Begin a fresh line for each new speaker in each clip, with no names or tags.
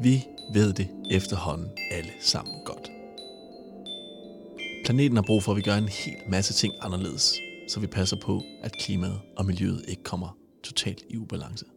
Vi ved det efterhånden alle sammen godt. Planeten har brug for, at vi gør en hel masse ting anderledes, så vi passer på, at klimaet og miljøet ikke kommer totalt i ubalance.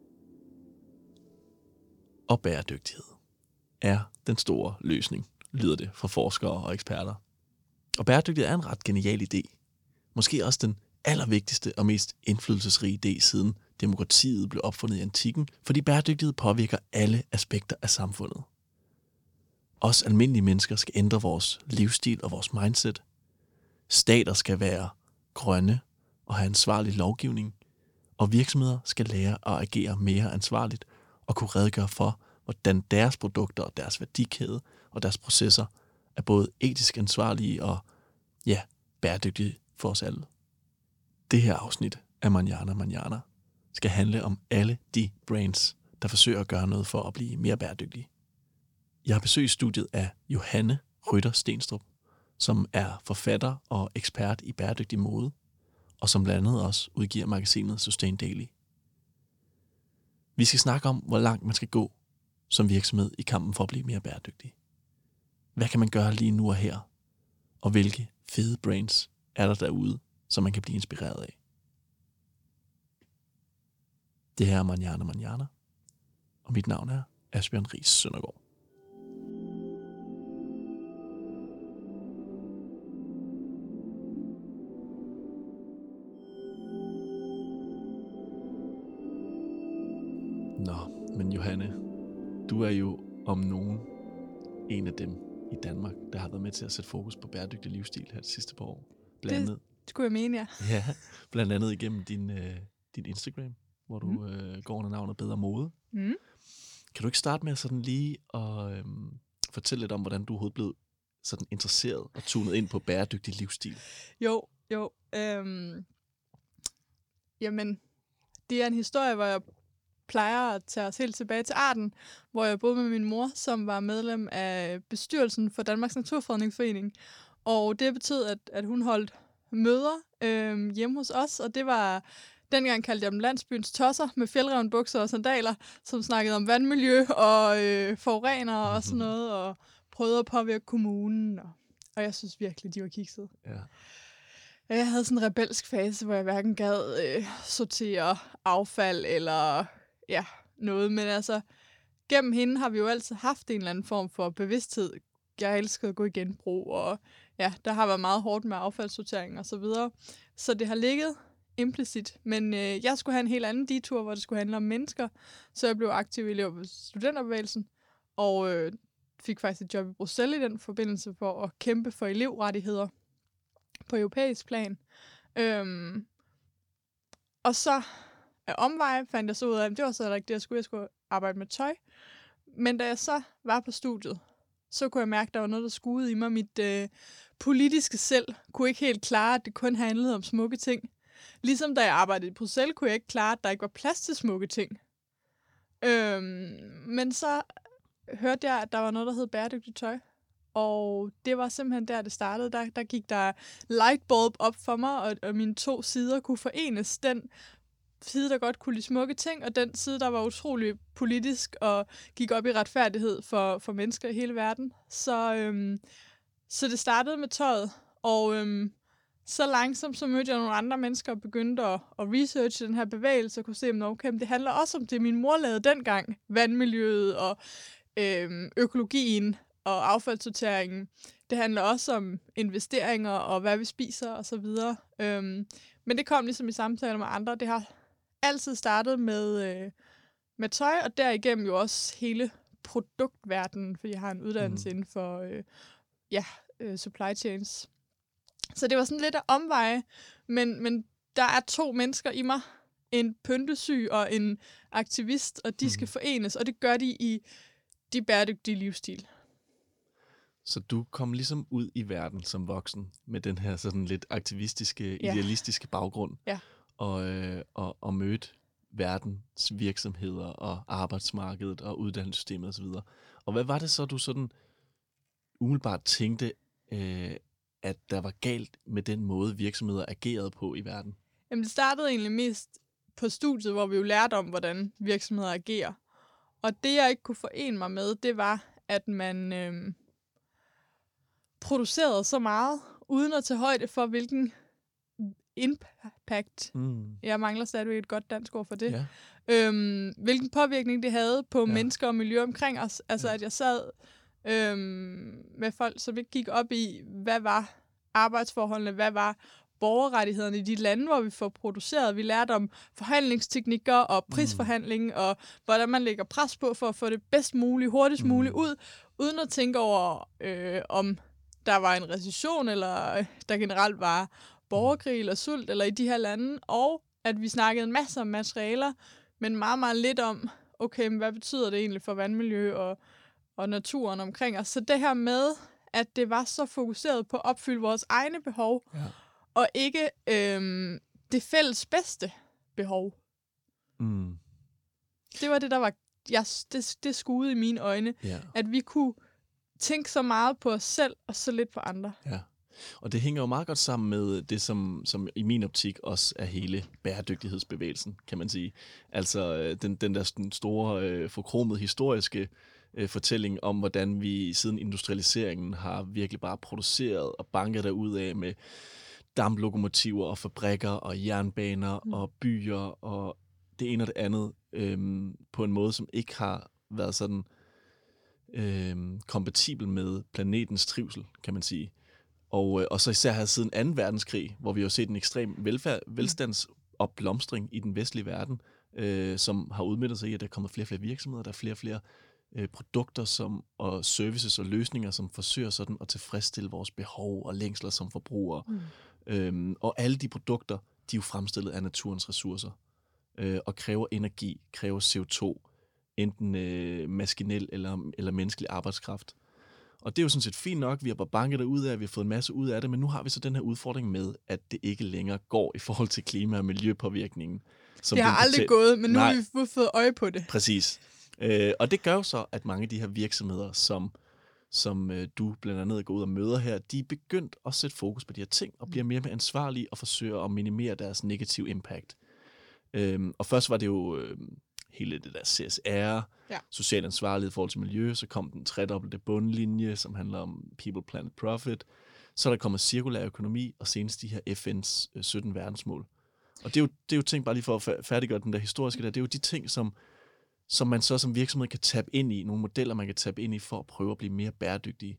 Og bæredygtighed er den store løsning, lyder det fra forskere og eksperter. Og bæredygtighed er en ret genial idé. Måske også den allervigtigste og mest indflydelsesrige idé siden demokratiet blev opfundet i antikken, fordi bæredygtighed påvirker alle aspekter af samfundet. Os almindelige mennesker skal ændre vores livsstil og vores mindset. Stater skal være grønne og have ansvarlig lovgivning, og virksomheder skal lære at agere mere ansvarligt og kunne redegøre for, hvordan deres produkter og deres værdikæde og deres processer er både etisk ansvarlige og bæredygtige for os alle. Det her afsnit af Manana skal handle om alle de brains, der forsøger at gøre noget for at blive mere bæredygtige. Jeg har besøgt studiet af Johanne Rytter Stenstrup, som er forfatter og ekspert i bæredygtig mode, og som blandt andet også udgiver magasinet Sustain Daily. Vi skal snakke om, hvor langt man skal gå som virksomhed i kampen for at blive mere bæredygtig. Hvad kan man gøre lige nu og her? Og hvilke fede brains er der derude, som man kan blive inspireret af? Det her er Manana, og mit navn er Asbjørn Riis Søndergaard. Nå, men Johanne, du er jo om nogen en af dem i Danmark, der har været med til at sætte fokus på bæredygtig livsstil her de sidste par år. Blandt andet,
det skulle jeg mene, ja.
Ja, blandt andet igennem din Instagram, hvor du går under navnet Bedre Mode.
Mm.
Kan du ikke starte med sådan lige at fortælle lidt om, hvordan du overhovedet blev sådan interesseret og tunet ind på bæredygtig livsstil?
Jo. Jamen, det er en historie, hvor jeg plejer at tage os helt tilbage til Arden, hvor jeg boede med min mor, som var medlem af bestyrelsen for Danmarks Naturfredningsforening. Og det betød, at hun holdt møder hjemme hos os, og det var, dengang kaldte jeg dem landsbyens tosser med fjeldrevnbukser og sandaler, som snakkede om vandmiljø og forurener og sådan noget, og prøvede at påvirke kommunen, og jeg synes virkelig, de var kiksede.
Ja.
Jeg havde sådan en rebelsk fase, hvor jeg hverken gad sortere affald eller noget, men altså gennem hende har vi jo altid haft en eller anden form for bevidsthed. Jeg elskede at gå i genbrug, og der har været meget hårdt med affaldssortering og så videre. Så det har ligget implicit, men jeg skulle have en helt anden detur, hvor det skulle handle om mennesker, så jeg blev aktiv elev ved studenterbevægelsen, og fik faktisk et job i Bruxelles i den forbindelse for at kæmpe for elevrettigheder på europæisk plan. Og så af omveje fandt jeg så ud af, at det var så ikke det, jeg skulle arbejde med tøj. Men da jeg så var på studiet, så kunne jeg mærke, at der var noget, der skuede i mig. Mit politiske selv kunne ikke helt klare, at det kun handlede om smukke ting. Ligesom da jeg arbejdede i Bruxelles, kunne jeg ikke klare, at der ikke var plads til smukke ting. Men så hørte jeg, at der var noget, der hed bæredygtigt tøj. Og det var simpelthen der, det startede. Der gik der lightbulb op for mig, og mine to sider kunne forenes. Den side, der godt kunne lide smukke ting, og den side, der var utrolig politisk og gik op i retfærdighed for mennesker i hele verden. Så det startede med tøjet, og så langsomt så mødte jeg nogle andre mennesker og begyndte at researche den her bevægelse og kunne se, at det handler også om det, min mor lavede dengang. Vandmiljøet og økologien og affaldssorteringen. Det handler også om investeringer og hvad vi spiser og så videre. Men det kom ligesom i samtaler med andre. Det har altid startet med tøj, og derigennem jo også hele produktverdenen, fordi jeg har en uddannelse inden for supply chains. Så det var sådan lidt af omveje, men der er to mennesker i mig. En pyntesyg og en aktivist, og de skal forenes, og det gør de i de bæredygtige livsstil.
Så du kom ligesom ud i verden som voksen med den her sådan lidt aktivistiske, idealistiske baggrund, og mødte verdens virksomheder og arbejdsmarkedet og uddannelsessystemet osv. Og hvad var det så, du sådan umiddelbart tænkte, at der var galt med den måde, virksomheder agerede på i verden?
Jamen, det startede egentlig mest på studiet, hvor vi jo lærte om, hvordan virksomheder agerer. Og det, jeg ikke kunne forene mig med, det var, at man producerede så meget, uden at tage højde for, hvilken impact, jeg mangler stadigvæk et godt dansk ord for det, hvilken påvirkning det havde på mennesker og miljø omkring os. Altså, at jeg sad med folk, som ikke gik op i, hvad var arbejdsforholdene, hvad var borgerrettighederne i de lande, hvor vi får produceret. Vi lærte om forhandlingsteknikker og prisforhandling, og hvordan man lægger pres på for at få det bedst muligt, hurtigst muligt ud, uden at tænke over, om der var en recession, eller der generelt var borgerkrig eller sult, eller i de her lande, og at vi snakkede en masse om materialer, men meget, meget lidt om, okay, men hvad betyder det egentlig for vandmiljø og naturen omkring os. Så det her med, at det var så fokuseret på at opfylde vores egne behov, og ikke det fælles bedste behov. Det var det, der var det skuede i mine øjne, at vi kunne tænke så meget på os selv, og så lidt på andre.
Ja. Og det hænger jo meget godt sammen med det, som i min optik også er hele bæredygtighedsbevægelsen, kan man sige. Altså den der store forkromede historiske fortælling om, hvordan vi siden industrialiseringen har virkelig bare produceret og banket derud af med damplokomotiver og fabrikker og jernbaner og byer og det ene og det andet på en måde, som ikke har været sådan kompatibel med planetens trivsel, kan man sige. Og så især her siden 2. verdenskrig, hvor vi har set en ekstrem velstandsopblomstring i den vestlige verden, som har udmøntet sig i, at der er kommet flere og flere virksomheder, der er flere og flere produkter og services og løsninger, som forsøger sådan at tilfredsstille vores behov og længsler som forbrugere. Og alle de produkter, de er jo fremstillet af naturens ressourcer, og kræver energi, kræver CO2, enten maskinel eller menneskelig arbejdskraft. Og det er jo sådan set fint nok, vi har bare banket det ud af, vi har fået en masse ud af det, men nu har vi så den her udfordring med, at det ikke længere går i forhold til klima- og miljøpåvirkningen.
Det har aldrig gået, men nu har vi fået øje på det.
Præcis. Og det gør jo så, at mange af de her virksomheder, som du blandt andet går ud og møder her, de er begyndt at sætte fokus på de her ting, og bliver mere og mere ansvarlige og forsøger at minimere deres negative impact. Og først var det jo hele det der CSR, social ansvarlighed i forhold til miljø, så kom den tredobbelte bundlinje, som handler om People, Planet, Profit. Så er der kommet cirkulær økonomi, og senest de her FN's 17 verdensmål. Og det er jo ting, bare lige for at færdiggøre den der historiske der, det er jo de ting, som man så som virksomhed kan tabe ind i, nogle modeller, man kan tabe ind i, for at prøve at blive mere bæredygtige.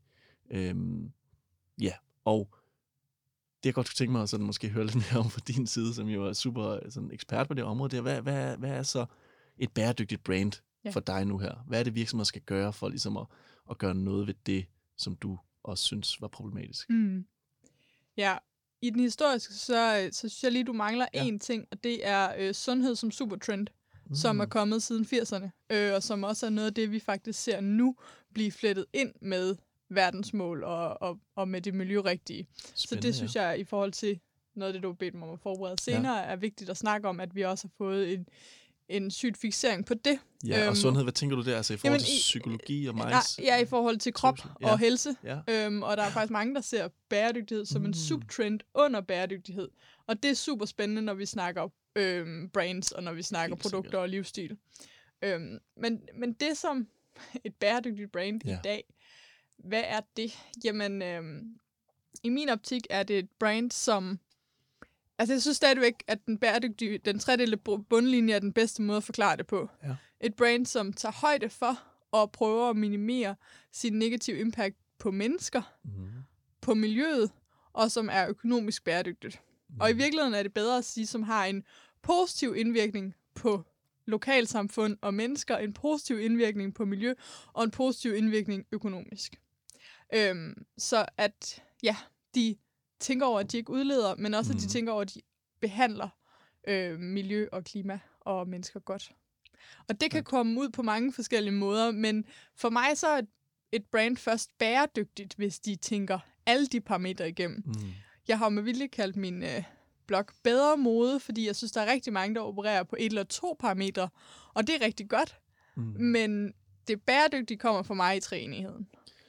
Og det jeg godt kunne tænke mig at sådan måske høre lidt mere om fra din side, som jo er super sådan ekspert på det område, det er, hvad er så et bæredygtigt brand for dig nu her? Hvad er det, virksomheder skal gøre for ligesom at gøre noget ved det, som du også synes var problematisk?
Ja, i den historiske, så synes jeg lige, du mangler én ting, og det er sundhed som supertrend, som er kommet siden 80'erne, og som også er noget af det, vi faktisk ser nu blive flettet ind med verdensmål og med det miljørigtige. Så det synes jeg, i forhold til noget af det, du har bedt mig om at forberede senere, er vigtigt at snakke om, at vi også har fået en sygt fiksering på det.
Ja, og sundhed, hvad tænker du der? Altså i forhold til psykologi og minds?
Ja, i forhold til krop og helse. Ja. Og der er faktisk mange, der ser bæredygtighed som en subtrend under bæredygtighed. Og det er super spændende, når vi snakker brands, og når vi snakker produkter og livsstil. Men det som et bæredygtigt brand i dag, hvad er det? Jamen, i min optik er det et brand, som... Altså, jeg synes stadigvæk, at den tredelte bundlinje er den bedste måde at forklare det på. Ja. Et brand, som tager højde for og prøver at minimere sin negative impact på mennesker, på miljøet, og som er økonomisk bæredygtigt. Og i virkeligheden er det bedre at sige, som har en positiv indvirkning på lokalsamfund og mennesker, en positiv indvirkning på miljø, og en positiv indvirkning økonomisk. Så at, de tænker over, at de ikke udleder, men også at de tænker over, at de behandler miljø og klima og mennesker godt. Og det kan komme ud på mange forskellige måder, men for mig så er et brand først bæredygtigt, hvis de tænker alle de parametre igennem. Jeg har med vilje kaldt min blog Bedre Mode, fordi jeg synes, der er rigtig mange, der opererer på 1 eller 2 parametre, og det er rigtig godt, men det bæredygtige kommer for mig i treenigheden.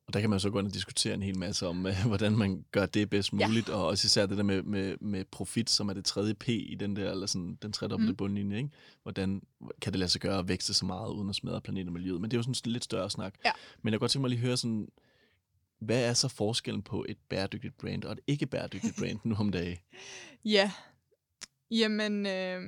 Og der kan man så gå ind og diskutere en hel masse om, hvordan man gør det bedst muligt, og også især det der med profit, som er det tredje P i den der, eller sådan, den tredobbelte bundlinje, ikke? Hvordan kan det lade sig gøre at vækste så meget, uden at smadre planet og miljøet? Men det er jo sådan en lidt større snak.
Ja.
Men jeg kan godt tænke mig lige at høre sådan, hvad er så forskellen på et bæredygtigt brand og et ikke bæredygtigt brand nu om dagen?
Ja, jamen,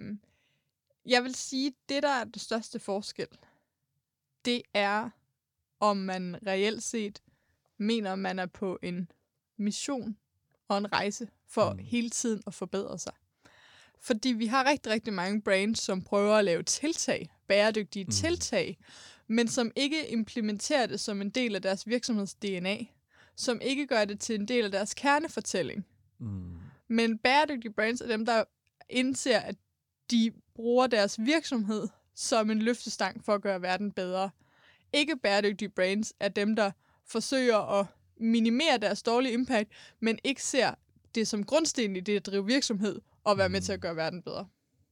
jeg vil sige, det der er det største forskel, det er, om man reelt set mener, man er på en mission og en rejse for hele tiden at forbedre sig. Fordi vi har rigtig, rigtig mange brands, som prøver at lave tiltag, bæredygtige tiltag, men som ikke implementerer det som en del af deres virksomheds-DNA, som ikke gør det til en del af deres kernefortælling. Men bæredygtige brands er dem, der indser, at de bruger deres virksomhed som en løftestang for at gøre verden bedre. Ikke bæredygtige brands er dem, der forsøger at minimere deres dårlige impact, men ikke ser det som grundsten i det at drive virksomhed og være med til at gøre verden bedre.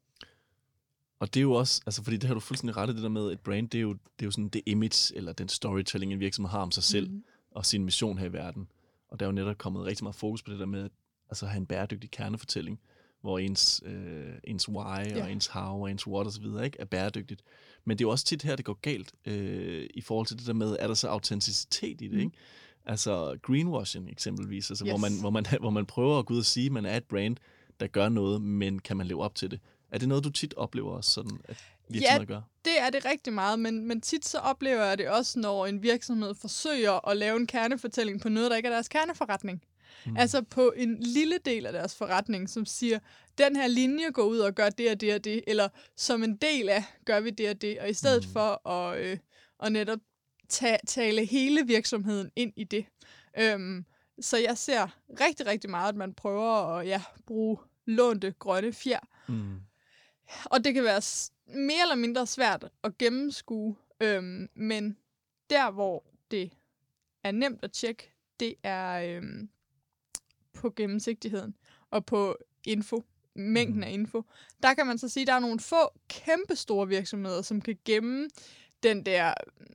Og det er jo også, altså fordi det har du fuldstændig ret i, det der med et brand, det er jo sådan det image, eller den storytelling, en virksomhed har om sig selv, og sin mission her i verden. Og der er jo netop kommet rigtig meget fokus på det der med, at have en bæredygtig kernefortælling, hvor ens why, og ens how, og ens what og så videre, ikke, er bæredygtigt. Men det er jo også tit her, det går galt, i forhold til det der med, er der så autenticitet i det, ikke? Altså greenwashing eksempelvis, altså hvor man prøver at gå ud og sige, at man er et brand, der gør noget, men kan man leve op til det? Er det noget, du tit oplever også sådan, at virksomheder gør?
Det er det rigtig meget, men tit så oplever jeg det også, når en virksomhed forsøger at lave en kernefortælling på noget, der ikke er deres kerneforretning. Altså på en lille del af deres forretning, som siger, den her linje går ud og gør det og det og det, eller som en del af, gør vi det og det, og i stedet for at netop tale hele virksomheden ind i det. Så jeg ser rigtig, rigtig meget, at man prøver at bruge lånte grønne fjer. Og det kan være mere eller mindre svært at gennemskue, men der, hvor det er nemt at tjekke, det er på gennemsigtigheden og på mængden af info. Der kan man så sige, at der er nogle få kæmpe store virksomheder, som kan gemme den der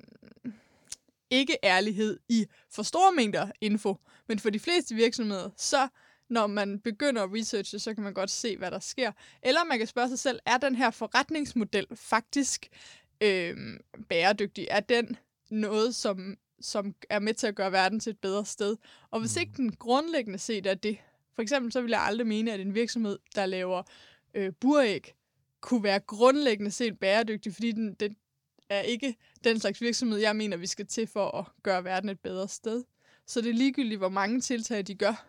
ikke-ærlighed i for store mængder info. Men for de fleste virksomheder, så når man begynder at researche, så kan man godt se, hvad der sker. Eller man kan spørge sig selv, er den her forretningsmodel faktisk bæredygtig? Er den noget, som er med til at gøre verden til et bedre sted? Og hvis ikke den grundlæggende set er det, for eksempel så vil jeg aldrig mene, at en virksomhed, der laver buræg, kunne være grundlæggende set bæredygtig, fordi den er ikke den slags virksomhed, jeg mener, vi skal til for at gøre verden et bedre sted. Så det er ligegyldigt, hvor mange tiltag de gør.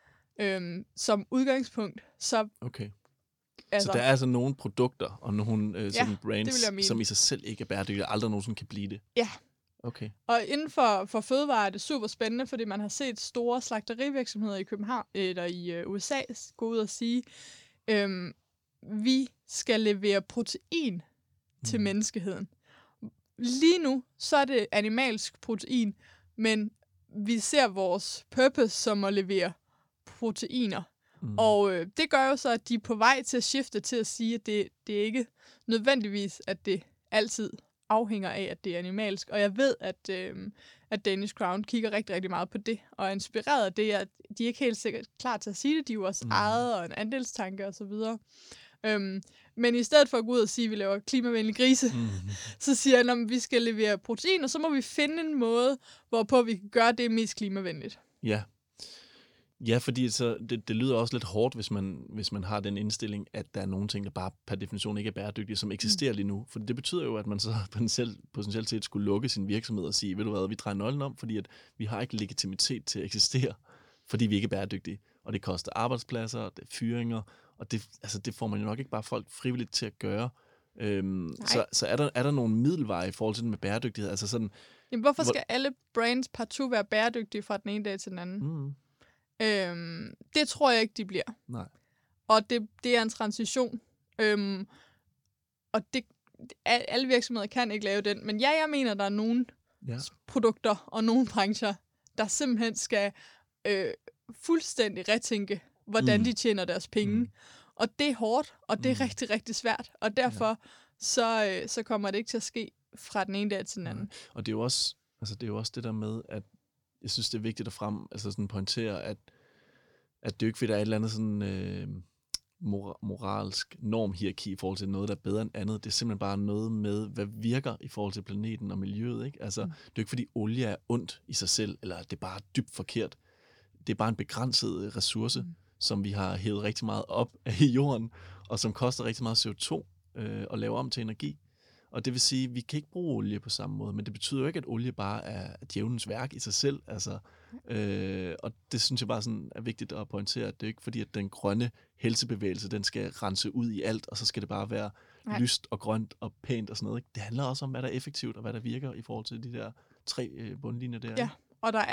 Som udgangspunkt, så... Okay.
Altså, så der er altså nogle produkter og nogle sådan brands, som i sig selv ikke er bæredygtige, og aldrig nogensinde kan blive det?
Ja.
Okay.
Og inden for fødevare er det super spændende, fordi man har set store slagterivirksomheder i København eller i USA gå ud og sige, vi skal levere protein til menneskeheden. Lige nu, så er det animalsk protein, men vi ser vores purpose som at levere proteiner. Og det gør jo så, at de er på vej til at skifte til at sige, at det er ikke nødvendigvis, at det altid afhænger af, at det er animalsk. Og jeg ved, at Danish Crown kigger rigtig, rigtig meget på det, og er inspireret af det, at de er ikke helt sikkert klar til at sige det. De er jo også ejet og en andelstanke og så videre. Men i stedet for at gå ud og sige, at vi laver klimavenlige grise, så siger han, at vi skal levere protein, og så må vi finde en måde, hvorpå vi kan gøre det mest klimavenligt.
Ja, fordi så det lyder også lidt hårdt, hvis man har den indstilling, at der er nogle ting, der bare per definition ikke er bæredygtige, som eksisterer lige nu. For det betyder jo, at man så potentielt set skulle lukke sin virksomhed og sige, ved du hvad, vi drejer nøglen om, fordi at vi har ikke legitimitet til at eksistere, fordi vi ikke er bæredygtige. Og det koster arbejdspladser, og det er fyringer, og det får man jo nok ikke bare folk frivilligt til at gøre. Så er der nogle middelveje i forhold til det med bæredygtighed? Altså sådan,
jamen, hvorfor skal alle brands partout være bæredygtige fra den ene dag til den anden? Det tror jeg ikke, de bliver.
Nej.
Og det er en transition. Og alle virksomheder kan ikke lave den. Men jeg mener, der er nogle produkter og nogle brancher, der simpelthen skal fuldstændig retænke, hvordan de tjener deres penge. Og det er hårdt, og det er rigtig, rigtig svært. Og derfor så kommer det ikke til at ske fra den ene dag til den anden.
Og det er jo også det der med, at jeg synes, det er vigtigt at altså sådan pointere, at det er jo ikke, fordi der er et eller andet sådan moralsk normhierarki i forhold til noget, der er bedre end andet. Det er simpelthen bare noget med, hvad virker i forhold til planeten og miljøet. Ikke? Altså, det er jo ikke, fordi olie er ondt i sig selv, eller det er bare dybt forkert. Det er bare en begrænset ressource, som vi har hævet rigtig meget op af jorden, og som koster rigtig meget CO2 at lave om til energi. Og det vil sige, at vi kan ikke bruge olie på samme måde, men det betyder jo ikke, at olie bare er djævelens værk i sig selv. Altså, og det synes jeg bare sådan er vigtigt at pointere, at det er ikke fordi, at den grønne helsebevægelse, den skal rense ud i alt, og så skal det bare være lyst og grønt og pænt og sådan noget. Ikke? Det handler også om, hvad der er effektivt og hvad der virker i forhold til de der 3 bundlinjer der.
Ja, og der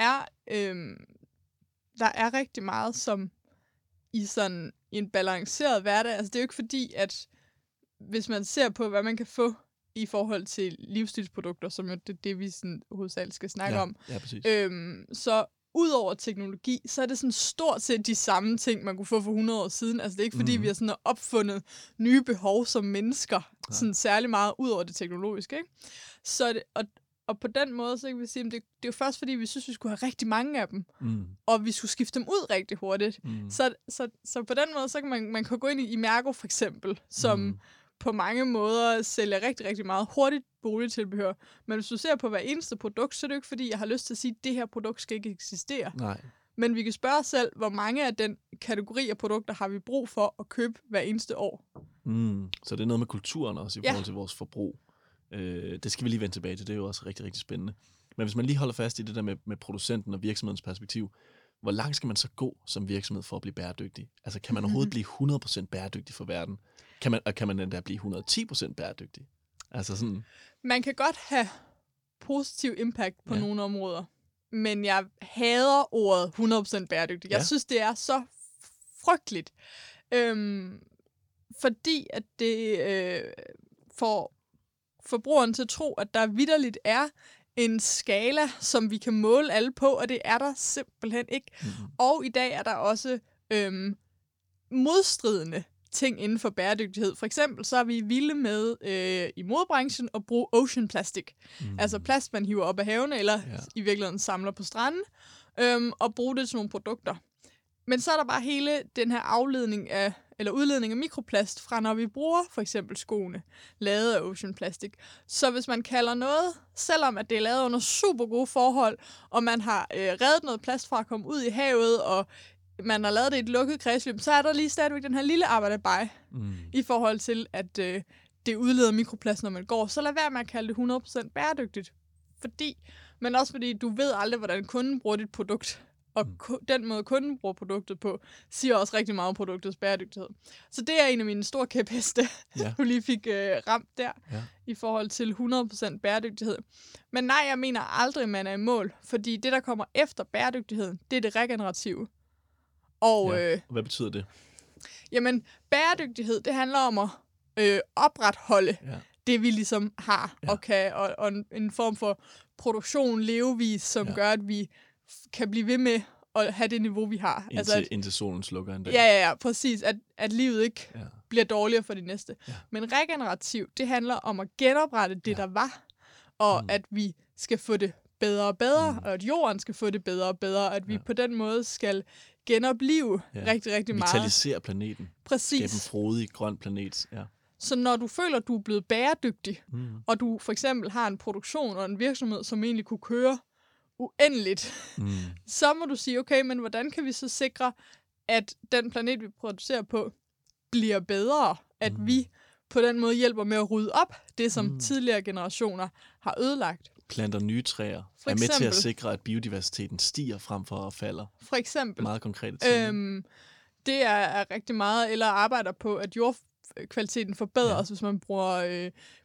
er rigtig meget, som i sådan en balanceret hverdag. Altså det er jo ikke fordi, at hvis man ser på, hvad man kan få i forhold til livsstilsprodukter, som jo det vi sådan hovedsageligt skal snakke om.
Ja, præcis.
Så udover teknologi, så er det sådan stort set de samme ting, man kunne få for 100 år siden. Altså det er ikke fordi, vi har sådan opfundet nye behov som mennesker, sådan særlig meget ud over det teknologiske, ikke? Så det, og på den måde, så kan vi sige, at det er jo først fordi, vi synes, vi skulle have rigtig mange af dem, og vi skulle skifte dem ud rigtig hurtigt. Så på den måde, så kan man kan gå ind i Imerco for eksempel, som på mange måder sælger rigtig, rigtig meget hurtigt boligtilbehør. Men hvis du ser på hver eneste produkt, så er det jo ikke fordi, jeg har lyst til at sige, at det her produkt skal ikke eksistere.
Nej.
Men vi kan spørge os selv, hvor mange af den kategori af produkter har vi brug for at købe hver eneste år.
Så det er noget med kulturen også i forhold til vores forbrug. Det skal vi lige vende tilbage til. Det er jo også rigtig, rigtig spændende. Men hvis man lige holder fast i det der med producenten og virksomhedens perspektiv, hvor langt skal man så gå som virksomhed for at blive bæredygtig? Altså kan man overhovedet blive 100% bæredygtig for verden? Kan man endda blive 110% bæredygtig? Altså sådan. Man
kan godt have positiv impact på nogle områder, men jeg hader ordet 100% bæredygtig. Jeg synes, det er så frygteligt. Fordi at det får forbrugeren til at tro, at der vitterligt er en skala, som vi kan måle alle på, og det er der simpelthen ikke. Og i dag er der også modstridende ting inden for bæredygtighed. For eksempel så er vi vilde med i modebranchen at bruge ocean plastic. Altså plast, man hiver op af havene, eller i virkeligheden samler på stranden, og bruge det til nogle produkter. Men så er der bare hele den her udledning af mikroplast fra, når vi bruger for eksempel skoene, lavet af ocean plastic. Så hvis man kalder noget, selvom at det er lavet under super gode forhold, og man har reddet noget plast fra at komme ud i havet, og man har lavet det i et lukket kredsløb, så er der lige stadigvæk den her lille arbejderbej i forhold til, at det udleder mikroplast, når man går. Så lad være med at kalde det 100% bæredygtigt. Men også fordi du ved aldrig, hvordan kunden bruger dit produkt. Og den måde, kunden bruger produktet på, siger også rigtig meget om produktets bæredygtighed. Så det er en af mine store kæpheste, du lige fik ramt der, i forhold til 100% bæredygtighed. Men nej, jeg mener aldrig, man er i mål, fordi det, der kommer efter bæredygtigheden, det er det regenerative. Og
hvad betyder det?
Jamen, bæredygtighed, det handler om at opretholde det, vi ligesom har, og en form for produktion, levevis, som gør, at vi kan blive ved med at have det niveau, vi har.
Indtil solen slukker en dag.
Ja, præcis. At livet ikke bliver dårligere for de næste. Ja. Men regenerativt, det handler om at genoprette det, der var, og at vi skal få det bedre og bedre, og at jorden skal få det bedre og bedre, at vi på den måde skal genoplive rigtig, rigtig meget.
Vitalisere planeten.
Præcis.
Skabe en frodig, grøn planet. Ja.
Så når du føler, at du er blevet bæredygtig, og du for eksempel har en produktion og en virksomhed, som egentlig kunne køre uendeligt, så må du sige, okay, men hvordan kan vi så sikre, at den planet, vi producerer på, bliver bedre? At vi på den måde hjælper med at rydde op det, som tidligere generationer har ødelagt.
Planter nye træer. Er med til at sikre, at biodiversiteten stiger frem for at falder.
For eksempel.
Meget konkrete ting.
Det er rigtig meget, eller arbejder på, at jordkvaliteten forbedres, hvis man bruger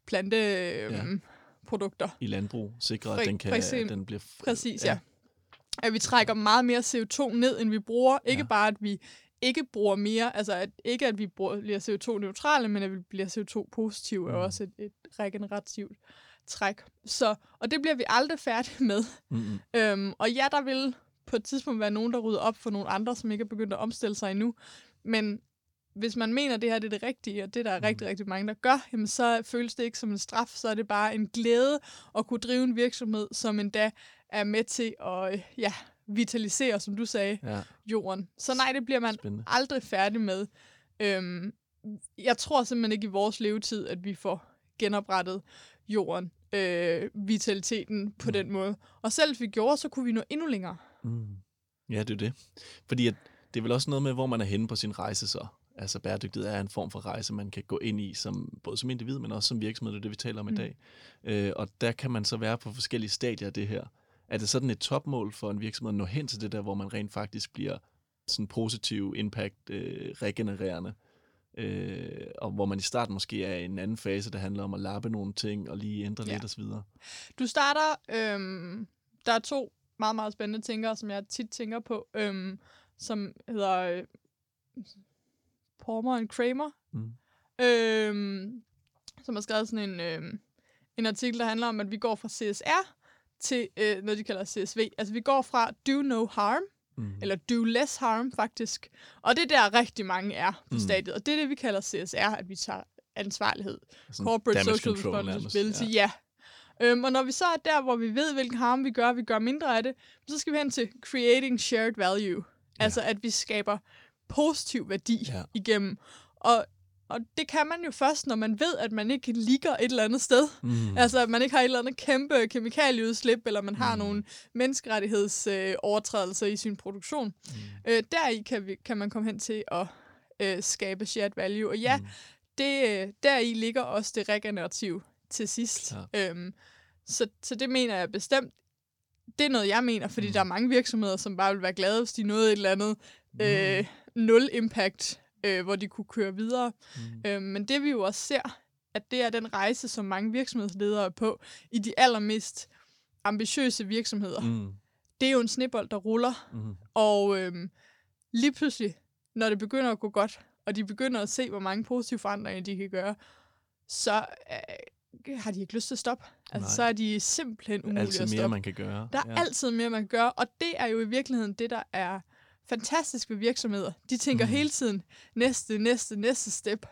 planteprodukter.
I landbrug. Sikre, at den bliver...
Præcis, ja. At vi trækker meget mere CO2 ned, end vi bruger. Ikke bare, at vi ikke bruger mere, altså at vi bliver CO2-neutrale, men at vi bliver CO2-positive, er også et regenerativt træk. Og det bliver vi aldrig færdige med. Og ja, der vil på et tidspunkt være nogen, der rydder op for nogle andre, som ikke er begyndt at omstille sig endnu. Men hvis man mener, at det her det er det rigtige, og det der er rigtig, rigtig mange, der gør, jamen så føles det ikke som en straf, så er det bare en glæde at kunne drive en virksomhed, som endda er med til at vitalisere, som du sagde, jorden. Så nej, det bliver man aldrig færdig med. Jeg tror simpelthen ikke i vores levetid, at vi får genoprettet jorden, vitaliteten på den måde. Og selv hvis vi gjorde, så kunne vi nå endnu længere.
Ja, det er det. Fordi det er vel også noget med, hvor man er henne på sin rejse så. Altså bæredygtighed er en form for rejse, man kan gå ind i, både som individ, men også som virksomhed, det er det, vi taler om i dag. Og der kan man så være på forskellige stadier af det her. Er det sådan et topmål for en virksomhed at nå hen til det der, hvor man rent faktisk bliver sådan positiv impact, regenererende, og hvor man i starten måske er i en anden fase, der handler om at lappe nogle ting og lige ændre lidt osv.?
Du starter, der er 2 meget, meget spændende tænkere, som jeg tit tænker på, som hedder Palmer og Kramer, som har skrevet sådan en artikel, der handler om, at vi går fra CSR til noget, de kalder CSV. Altså vi går fra do no harm, eller do less harm faktisk. Og det er der rigtig mange er på stadiet. Og det er det, vi kalder CSR, at vi tager ansvarlighed. Corporate Social Responsibility, og når vi så er der, hvor vi ved, hvilken harm vi gør mindre af det, så skal vi hen til creating shared value. Altså at vi skaber positiv værdi igennem. Og det kan man jo først, når man ved, at man ikke ligger et eller andet sted. Altså, at man ikke har et eller andet kæmpe kemikalieudslip, eller man har nogle menneskerettighedsovertrædelser i sin produktion. Deri kan man komme hen til at skabe shared value. Og deri ligger også det regenerative til sidst. Så det mener jeg bestemt. Det er noget, jeg mener, fordi der er mange virksomheder, som bare vil være glade, hvis de nåede et eller andet nul impact, hvor de kunne køre videre. Men det vi jo også ser, at det er den rejse, som mange virksomhedsledere er på, i de allermest ambitiøse virksomheder. Det er jo en snebold, der ruller. Og lige pludselig, når det begynder at gå godt, og de begynder at se, hvor mange positive forandringer de kan gøre, så har de ikke lyst til at stoppe. Altså, så er de simpelthen umulige at stoppe.
Altid mere, man kan gøre.
Der er altid mere, man kan gøre, og det er jo i virkeligheden det, der er fantastisk ved virksomheder. De tænker hele tiden næste step.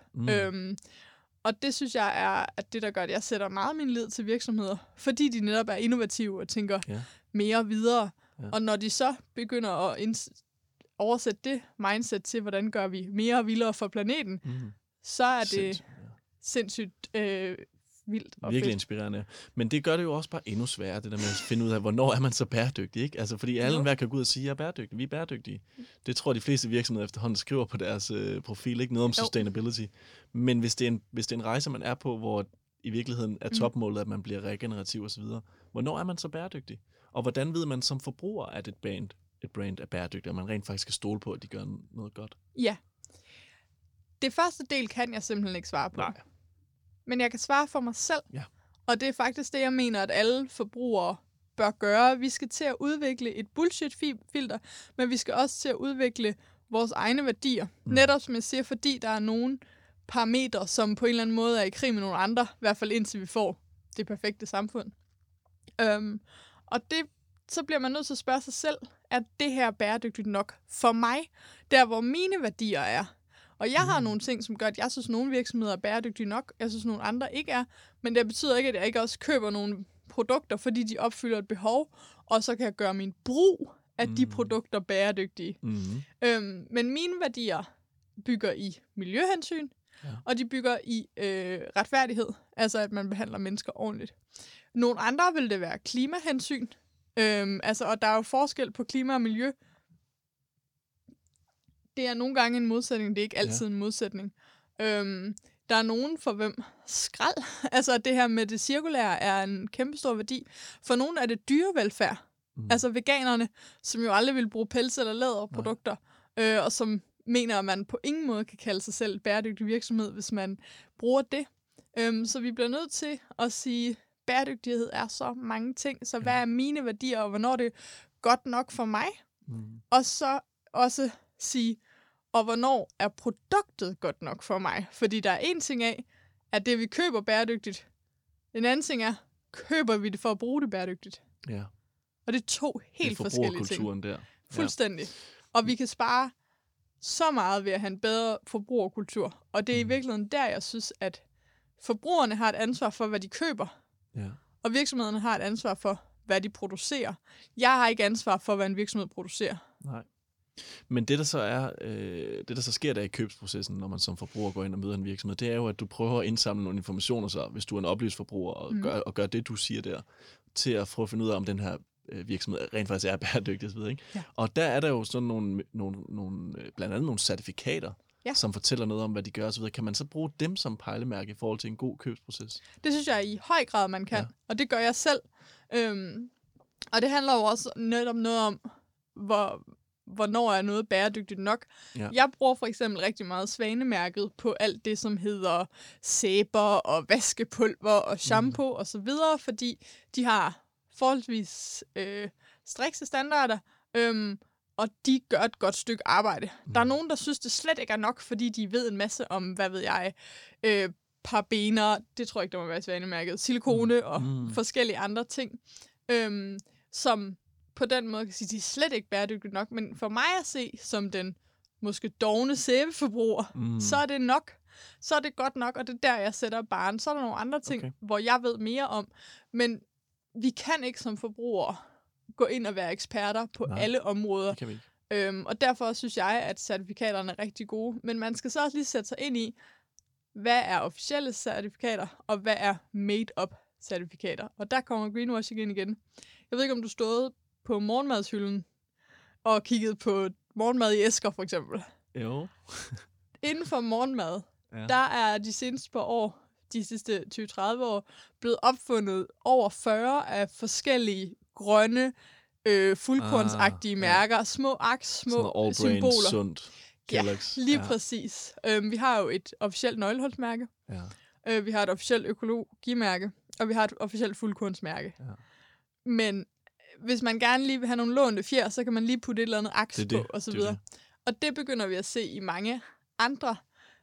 Og det synes jeg er at det, der gør, at jeg sætter meget min lid til virksomheder, fordi de netop er innovative og tænker mere videre. Og når de så begynder at oversætte det mindset til, hvordan gør vi mere vildere for planeten, så er det sindssygt vildt og
virkelig
fedt.
Inspirerende. Men det gør det jo også bare endnu sværere, det der med at finde ud af, hvornår er man så bæredygtig, ikke? Altså, fordi alle enhver kan gå ud og sige, at jeg er bæredygtig, vi er bæredygtige. Det tror de fleste virksomheder efterhånden skriver på deres profil, ikke noget om sustainability. Men hvis det er en rejse, man er på, hvor i virkeligheden er topmålet, at man bliver regenerativ osv., hvornår er man så bæredygtig? Og hvordan ved man som forbruger, at et brand er bæredygtigt, og man rent faktisk skal stole på, at de gør noget godt?
Ja. Det første del kan jeg simpelthen ikke svare på.
Nej.
Men jeg kan svare for mig selv. Ja. Og det er faktisk det, jeg mener, at alle forbrugere bør gøre. Vi skal til at udvikle et bullshit-filter, men vi skal også til at udvikle vores egne værdier. Netop som jeg siger, fordi der er nogle parametre, som på en eller anden måde er i krig med nogle andre, i hvert fald indtil vi får det perfekte samfund. Og det, så bliver man nødt til at spørge sig selv, er det her bæredygtigt nok for mig, der hvor mine værdier er? Og jeg har nogle ting, som gør, at jeg synes, at nogle virksomheder er bæredygtige nok. Jeg synes, at nogle andre ikke er. Men det betyder ikke, at jeg ikke også køber nogle produkter, fordi de opfylder et behov. Og så kan jeg gøre min brug af de produkter bæredygtige. Men mine værdier bygger i miljøhensyn. Og de bygger i retfærdighed. Altså, at man behandler mennesker ordentligt. Nogle andre vil det være klimahensyn. Og der er jo forskel på klima og miljø. Det er nogle gange en modsætning, det er ikke altid en modsætning. Der er nogen for hvem skrald, altså det her med det cirkulære er en kæmpestor værdi. For nogen er det dyrevelfærd, altså veganerne, som jo aldrig vil bruge pels eller læderprodukter, og som mener, at man på ingen måde kan kalde sig selv bæredygtig virksomhed, hvis man bruger det. Så vi bliver nødt til at sige, bæredygtighed er så mange ting, så hvad er mine værdier, og hvornår det er godt nok for mig? Og så også sige, og hvornår er produktet godt nok for mig? Fordi der er en ting af, at det vi køber bæredygtigt. En anden ting er, køber vi det for at bruge det bæredygtigt? Ja. Og det er 2 helt forskellige ting.
Der.
Fuldstændig. Og vi kan spare så meget ved at have en bedre forbrugerkultur. Og det er i virkeligheden der, jeg synes, at forbrugerne har et ansvar for, hvad de køber. Ja. Og virksomhederne har et ansvar for, hvad de producerer. Jeg har ikke ansvar for, hvad en virksomhed producerer.
Nej. Men det, der så er, det, der så sker der i købsprocessen, når man som forbruger går ind og møder en virksomhed, det er jo, at du prøver at indsamle nogle informationer, så hvis du er en oplyst forbruger, og gør det, du siger der, til at prøve at finde ud af, om den her virksomhed rent faktisk er bæredygtig osv.
Ja.
Og der er der jo sådan nogle blandt andet nogle certifikater, som fortæller noget om, hvad de gør osv. Kan man så bruge dem som pejlemærke i forhold til en god købsproces?
Det synes jeg i høj grad, man kan. Ja. Og det gør jeg selv. Og det handler jo også netop noget om, hvornår er noget bæredygtigt nok. Ja. Jeg bruger for eksempel rigtig meget Svanemærket på alt det, som hedder sæber og vaskepulver og shampoo og så videre, fordi de har forholdsvis strikse standarder, og de gør et godt stykke arbejde. Der er nogen, der synes, det slet ikke er nok, fordi de ved en masse om, hvad ved jeg, parabener, det tror jeg ikke, der må være i Svanemærket, silikone og forskellige andre ting, som på den måde kan sige, de er slet ikke bæredygtigt nok, men for mig at se, som den måske dovne sæbeforbruger, så er det nok. Så er det godt nok, og det er der, jeg sætter barren. Så er der nogle andre ting, hvor jeg ved mere om, men vi kan ikke som forbrugere gå ind og være eksperter på alle områder.
Det kan vi ikke.
Og derfor synes jeg, at certifikaterne er rigtig gode, men man skal så også lige sætte sig ind i, hvad er officielle certifikater, og hvad er made-up certifikater. Og der kommer greenwashing ind igen. Jeg ved ikke, om du stod på morgenmadshylden og kiggede på morgenmad i æsker, for eksempel.
Jo.
Inden for morgenmad, der er de seneste par år, de sidste 20-30 år, blevet opfundet over 40 af forskellige grønne, fuldkornsagtige mærker. Små aks, små symboler.
Sundt.
Kellogg's. Ja, lige præcis. Vi har jo et officielt nøglehulsmærke. Ja. Vi har et officielt økologimærke. Og vi har et officielt fuldkornsmærke. Ja. Men hvis man gerne lige vil have nogle lånte fjer, så kan man lige putte et eller andet aks på, og så videre. Og det begynder vi at se i mange andre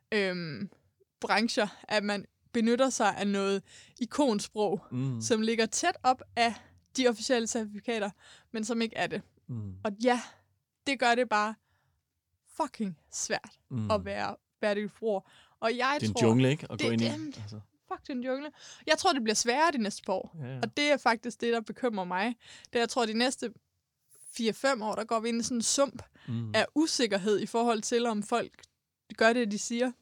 brancher, at man benytter sig af noget ikonsprog, som ligger tæt op af de officielle certifikater, men som ikke er det. Og ja, det gør det bare fucking svært at være bæredygtig forbruger. Og jeg
det er
tror,
en jungle, ikke? At gå ind i. Altså.
Fuck, det er en jungle. Jeg tror, det bliver sværere de næste par år. Ja. Og det er faktisk det, der bekymrer mig. Det jeg tror, de næste 4-5 år, der går vi ind i sådan en sump af usikkerhed i forhold til, om folk gør det, de siger.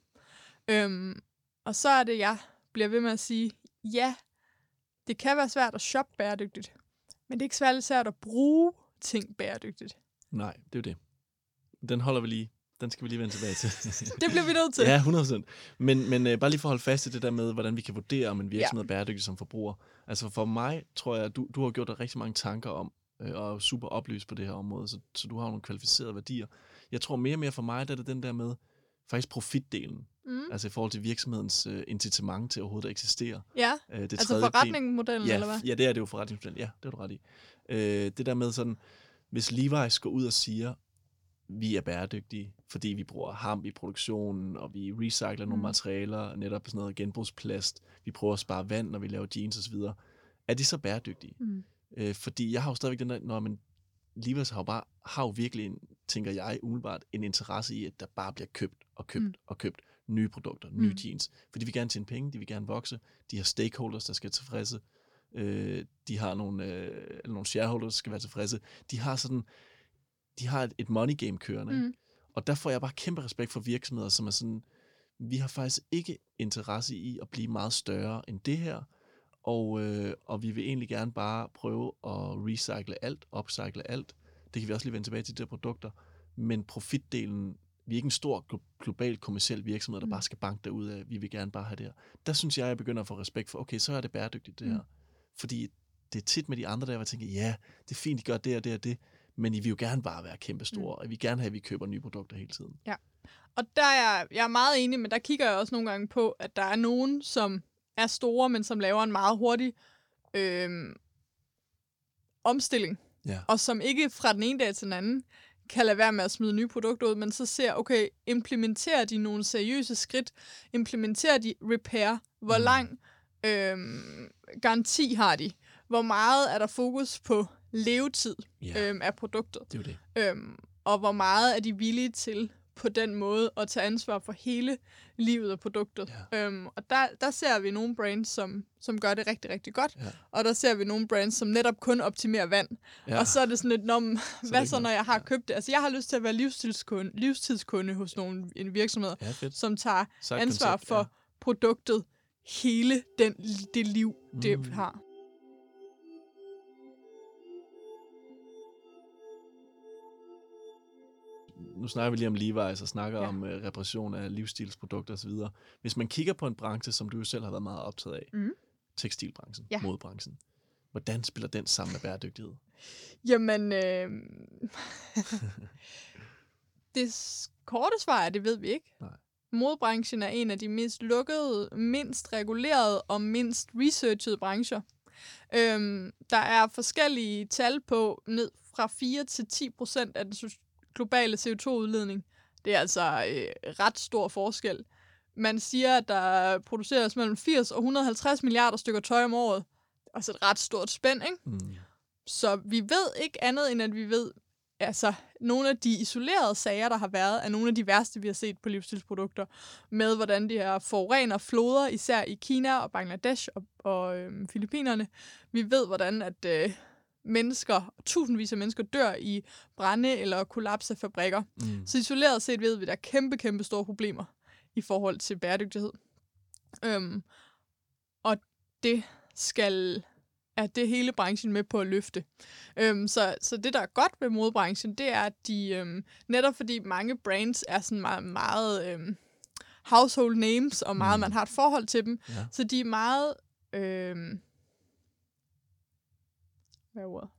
Og så er det, jeg bliver ved med at sige, ja, det kan være svært at shoppe bæredygtigt, men det er ikke svært at bruge ting bæredygtigt.
Nej, det er jo det. Den holder vi lige. Den skal vi lige vende tilbage til.
Det bliver vi nødt til.
Ja, 100%. Men bare lige for at holde fast i det der med, hvordan vi kan vurdere, om en virksomhed er bæredygtig som forbruger. Altså for mig, tror jeg, du har gjort dig rigtig mange tanker om, og er super oplyst på det her område, så du har nogle kvalificerede værdier. Jeg tror mere og mere for mig, der er det den der med, faktisk profitdelen. Altså i forhold til virksomhedens incitament til overhovedet at eksistere.
Ja, det altså forretningsmodellen, eller hvad?
Ja, det er det jo forretningsmodellen. Ja, det er du ret i. Det der med sådan, hvis Levi's går ud og siger, vi er bæredygtige, fordi vi bruger hamp i produktionen, og vi recycler nogle materialer, netop sådan noget genbrugsplast, vi prøver at spare vand, når vi laver jeans osv. Er de så bæredygtige? Fordi jeg har jo stadigvæk den der, når man Levi's har jo virkelig, tænker jeg umiddelbart, en interesse i, at der bare bliver købt nye produkter, nye jeans. For de vil gerne tjene penge, de vil gerne vokse, de har stakeholders, der skal tilfredse, de har nogle shareholders, der skal være tilfredse. De har et money game kørende. Ikke? Og der får jeg bare kæmpe respekt for virksomheder, som er sådan, vi har faktisk ikke interesse i at blive meget større end det her, og vi vil egentlig gerne bare prøve at recycle alt, upcycle alt. Det kan vi også lige vende tilbage til de der produkter. Men profitdelen, vi er ikke en stor global kommerciel virksomhed, der bare skal banke derud af, vi vil gerne bare have det her. Der synes jeg begynder at få respekt for, okay, så er det bæredygtigt det her. Fordi det er tit med de andre, der jeg tænker, ja, det er fint, de gør det og det og det, men I vil jo gerne bare være kæmpestore, og I vil gerne have, at vi køber nye produkter hele tiden. Ja,
og der er jeg er meget enig, men der kigger jeg også nogle gange på, at der er nogen, som er store, men som laver en meget hurtig omstilling, og som ikke fra den ene dag til den anden kan lade være med at smide nye produkter ud, men så ser, okay, implementerer de nogle seriøse skridt, implementerer de repair, hvor lang garanti har de, hvor meget er der fokus på levetid af produktet,
det er det.
Og hvor meget er de villige til på den måde at tage ansvar for hele livet af produktet.
Ja.
Og der ser vi nogle brands, som gør det rigtig, rigtig godt,
Ja.
og der ser vi nogle brands, som netop kun optimerer vand.
Ja.
Og så er det sådan lidt, hvad så,
ikke
når jeg har
noget.
købt det? Altså, jeg har lyst til at være livstidskunde hos en virksomhed,
Ja, fedt.
som tager
Sejt
ansvar
koncept,
for produktet hele det liv, det har.
Nu snakker vi lige om Levi's og snakker om reparation af livsstilsprodukter osv. Hvis man kigger på en branche, som du jo selv har været meget optaget af, tekstilbranchen, modebranchen, hvordan spiller den sammen med bæredygtighed?
Jamen, det korte svar er, det ved vi ikke.
Nej.
Modebranchen er en af de mest lukkede, mindst regulerede og mindst researchede brancher. Der er forskellige tal på ned fra 4 til 10% af den globale CO2-udledning. Det er altså ret stor forskel. Man siger, at der produceres mellem 80 og 150 milliarder stykker tøj om året. Altså et ret stort spænd, ikke? Så vi ved ikke andet, end at vi ved, altså nogle af de isolerede sager, der har været, er nogle af de værste, vi har set på livsstilsprodukter, med hvordan de her forurener floder, især i Kina og Bangladesh og Filippinerne. Vi ved, hvordan at tusindvis af mennesker dør i brande eller kollaps af fabrikker. Så isoleret set ved vi, at der er kæmpe store problemer i forhold til bæredygtighed. Og det er det hele branchen med på at løfte. Så det, der er godt ved modebranchen, det er, at de, netop fordi mange brands er sådan meget, meget household names, og meget man har et forhold til dem, så de er meget... hvad er ordet?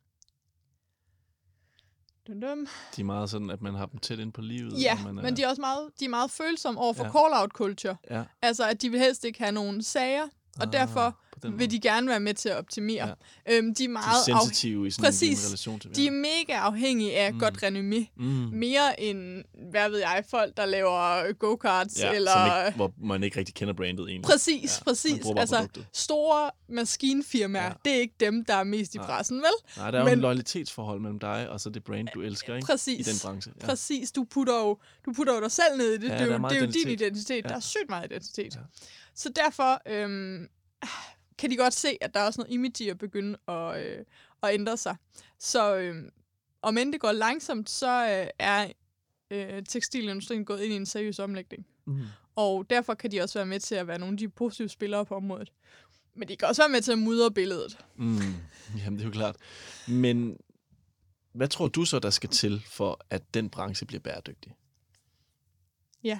De er meget sådan, at man har dem tæt ind på livet.
Ja,
og
men de er også meget følsomme over for call-out culture.
Ja.
Altså, at de vil helst ikke have nogen sager, og derfor vil de gerne være med til at optimere.
Ja.
De er meget
sensitive i sådan en relation til
de er mega afhængige af godt renommé. Mere end, hvad ved jeg, folk, der laver go-karts. Eller
hvor man ikke rigtig kender brandet egentlig.
Præcis. Altså, store maskinfirmaer, det er ikke dem, der er mest i pressen, vel?
Nej, der er jo en loyalitetsforhold mellem dig og så det brand, du elsker, ikke?
Præcis.
I den branche. Ja.
Præcis. Du putter jo dig selv ned i det.
Ja,
det er jo din identitet. Der er sygt meget identitet. Ja. Så derfor kan de godt se, at der er også noget image i at begynde at ændre sig. Så om end det går langsomt, så er tekstilindustrien gået ind i en seriøs omlægning. Og derfor kan de også være med til at være nogle af de positive spillere på området. Men de kan også være med til at mudre billedet.
Jamen, det er jo klart. Men hvad tror du så, der skal til, for at den branche bliver bæredygtig?
Ja.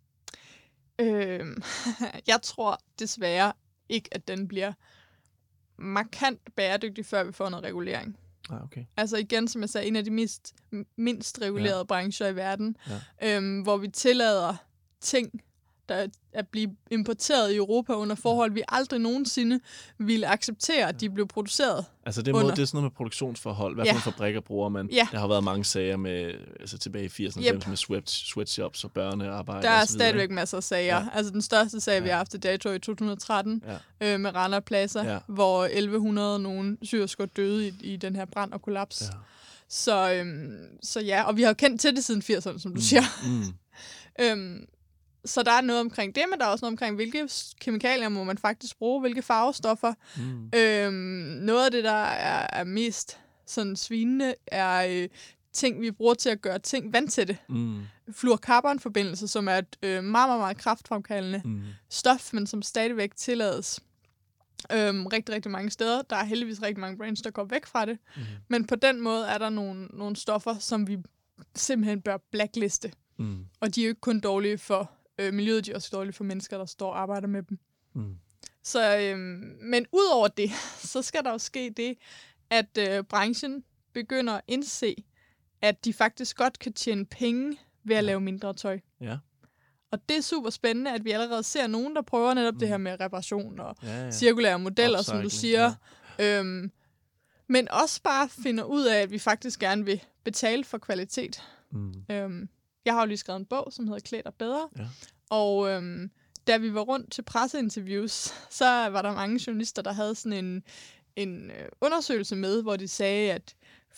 Jeg tror desværre ikke, at den bliver markant bæredygtig, før vi får noget regulering.
Okay.
Altså igen, som jeg sagde, en af de mindst regulerede brancher i verden, hvor vi tillader ting, der er blive importeret i Europa under forhold, vi aldrig nogensinde ville acceptere, at de blev produceret.
Altså det er sådan noget med produktionsforhold. Hvad for nogle fabrikker bruger man? Der har været mange sager med, altså tilbage i 80'erne, med sweatshops og børnearbejde.
Der er stadigvæk masser af sager. Ja. Altså den største sag, vi har haft i dato i 2013, med Rana Plaza, hvor 1100 nogle syriske døde i den her brand og kollaps. Ja. Så ja, og vi har jo kendt til det siden 80'erne, som du siger. Så der er noget omkring det, men der er også noget omkring, hvilke kemikalier må man faktisk bruge, hvilke farvestoffer. Noget af det, der er mest sådan svinende, er ting, vi bruger til at gøre ting vandtætte. Fluorkarbonforbindelse, som er et meget kraftfremkaldende stof, men som stadigvæk tillades rigtig, rigtig mange steder. Der er heldigvis rigtig mange brands, der går væk fra det. Men på den måde er der nogle stoffer, som vi simpelthen bør blackliste. Og de er jo ikke kun dårlige for miljøet, de er også dårlige for mennesker, der står og arbejder med dem. Så, men ud over det, så skal der jo ske det, at branchen begynder at indse, at de faktisk godt kan tjene penge ved at lave mindre tøj.
Ja.
Og det er super spændende, at vi allerede ser nogen, der prøver netop det her med reparation og cirkulære modeller, som du siger. Ja. Men også bare finder ud af, at vi faktisk gerne vil betale for kvalitet. Jeg har jo lige skrevet en bog, som hedder Klædt dig bedre. Ja. Og da vi var rundt til presseinterviews, så var der mange journalister, der havde sådan en undersøgelse med, hvor de sagde, at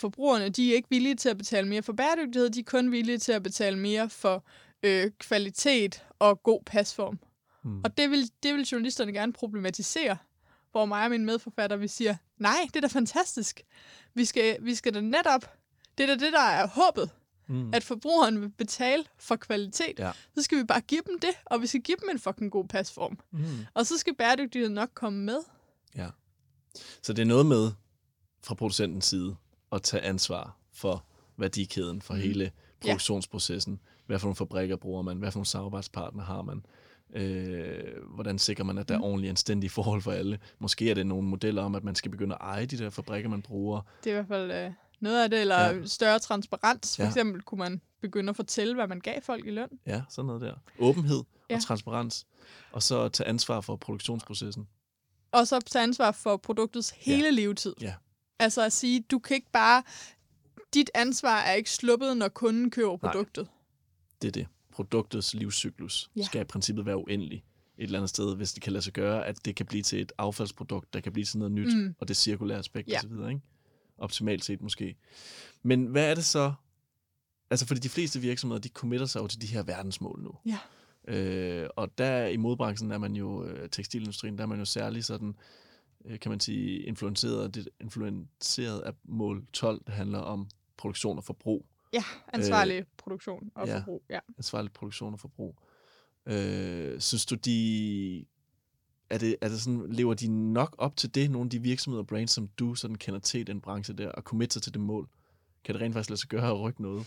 forbrugerne, de er ikke villige til at betale mere for bæredygtighed, de er kun villige til at betale mere for kvalitet og god pasform. Og det vil journalisterne gerne problematisere, hvor mig og min medforfatter, vi siger, nej, det er da fantastisk. Vi skal da netop, det er da det, der er håbet, at forbrugeren vil betale for kvalitet. Ja. Så skal vi bare give dem det, og vi skal give dem en fucking god pasform. Og så skal bæredygtighed nok komme med.
Ja. Så det er noget med, fra producentens side, at tage ansvar for værdikæden, for hele produktionsprocessen. Hvad for nogle fabrikker bruger man? Hvad for nogle samarbejdspartnere har man? Hvordan sikrer man, at der er ordentligt anstændige forhold for alle? Måske er det nogle modeller om, at man skal begynde at eje de der fabrikker, man bruger.
Det er i hvert fald noget af det, eller større transparens. For eksempel kunne man begynde at fortælle, hvad man gav folk i løn.
Ja, sådan noget der. Åbenhed og transparens. Og så tage ansvar for produktionsprocessen.
Og så tage ansvar for produktets hele levetid. Ja. Altså at sige, du kan ikke bare... Dit ansvar er ikke sluppet, når kunden køber produktet.
Nej, det er det. Produktets livscyklus skal i princippet være uendelig et eller andet sted, hvis det kan lade sig gøre, at det kan blive til et affaldsprodukt, der kan blive til noget nyt, og det cirkulære aspekt og så videre, ikke? Optimalt set måske. Men hvad er det så? Altså, fordi de fleste virksomheder, de committer sig jo til de her verdensmål nu. Ja. Og der i modbranchen er man jo, tekstilindustrien, der er man jo særlig sådan, kan man sige, influenceret af mål 12, der handler om produktion og forbrug.
Ja, ansvarlig produktion og forbrug. Ja,
ansvarlig produktion og forbrug. Synes du, er det sådan, lever de nok op til det, nogle af de virksomheder og brands, som du sådan kender til i den branche der, og committer sig til det mål? Kan det rent faktisk lade sig gøre at rykke noget?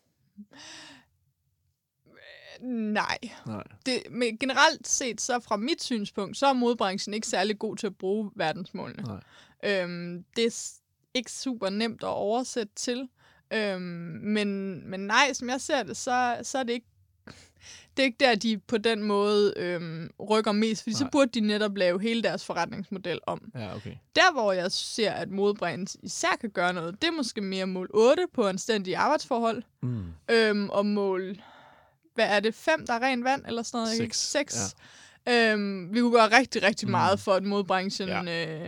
Nej. Men generelt set, så fra mit synspunkt, så er modbranchen ikke særlig god til at bruge verdensmålene. Det er ikke super nemt at oversætte til. Men nej, som jeg ser det, så er det ikke der, de på den måde rykker mest, fordi så burde de netop lave hele deres forretningsmodel om.
Ja, okay.
Der, hvor jeg ser, at modebranchen især kan gøre noget, det er måske mere mål 8 på anstændige arbejdsforhold, og mål, hvad er det, 5, der er rent vand, eller sådan noget? 6. Ja. Vi kunne gøre rigtig, rigtig meget for, at modebranchen... Ja.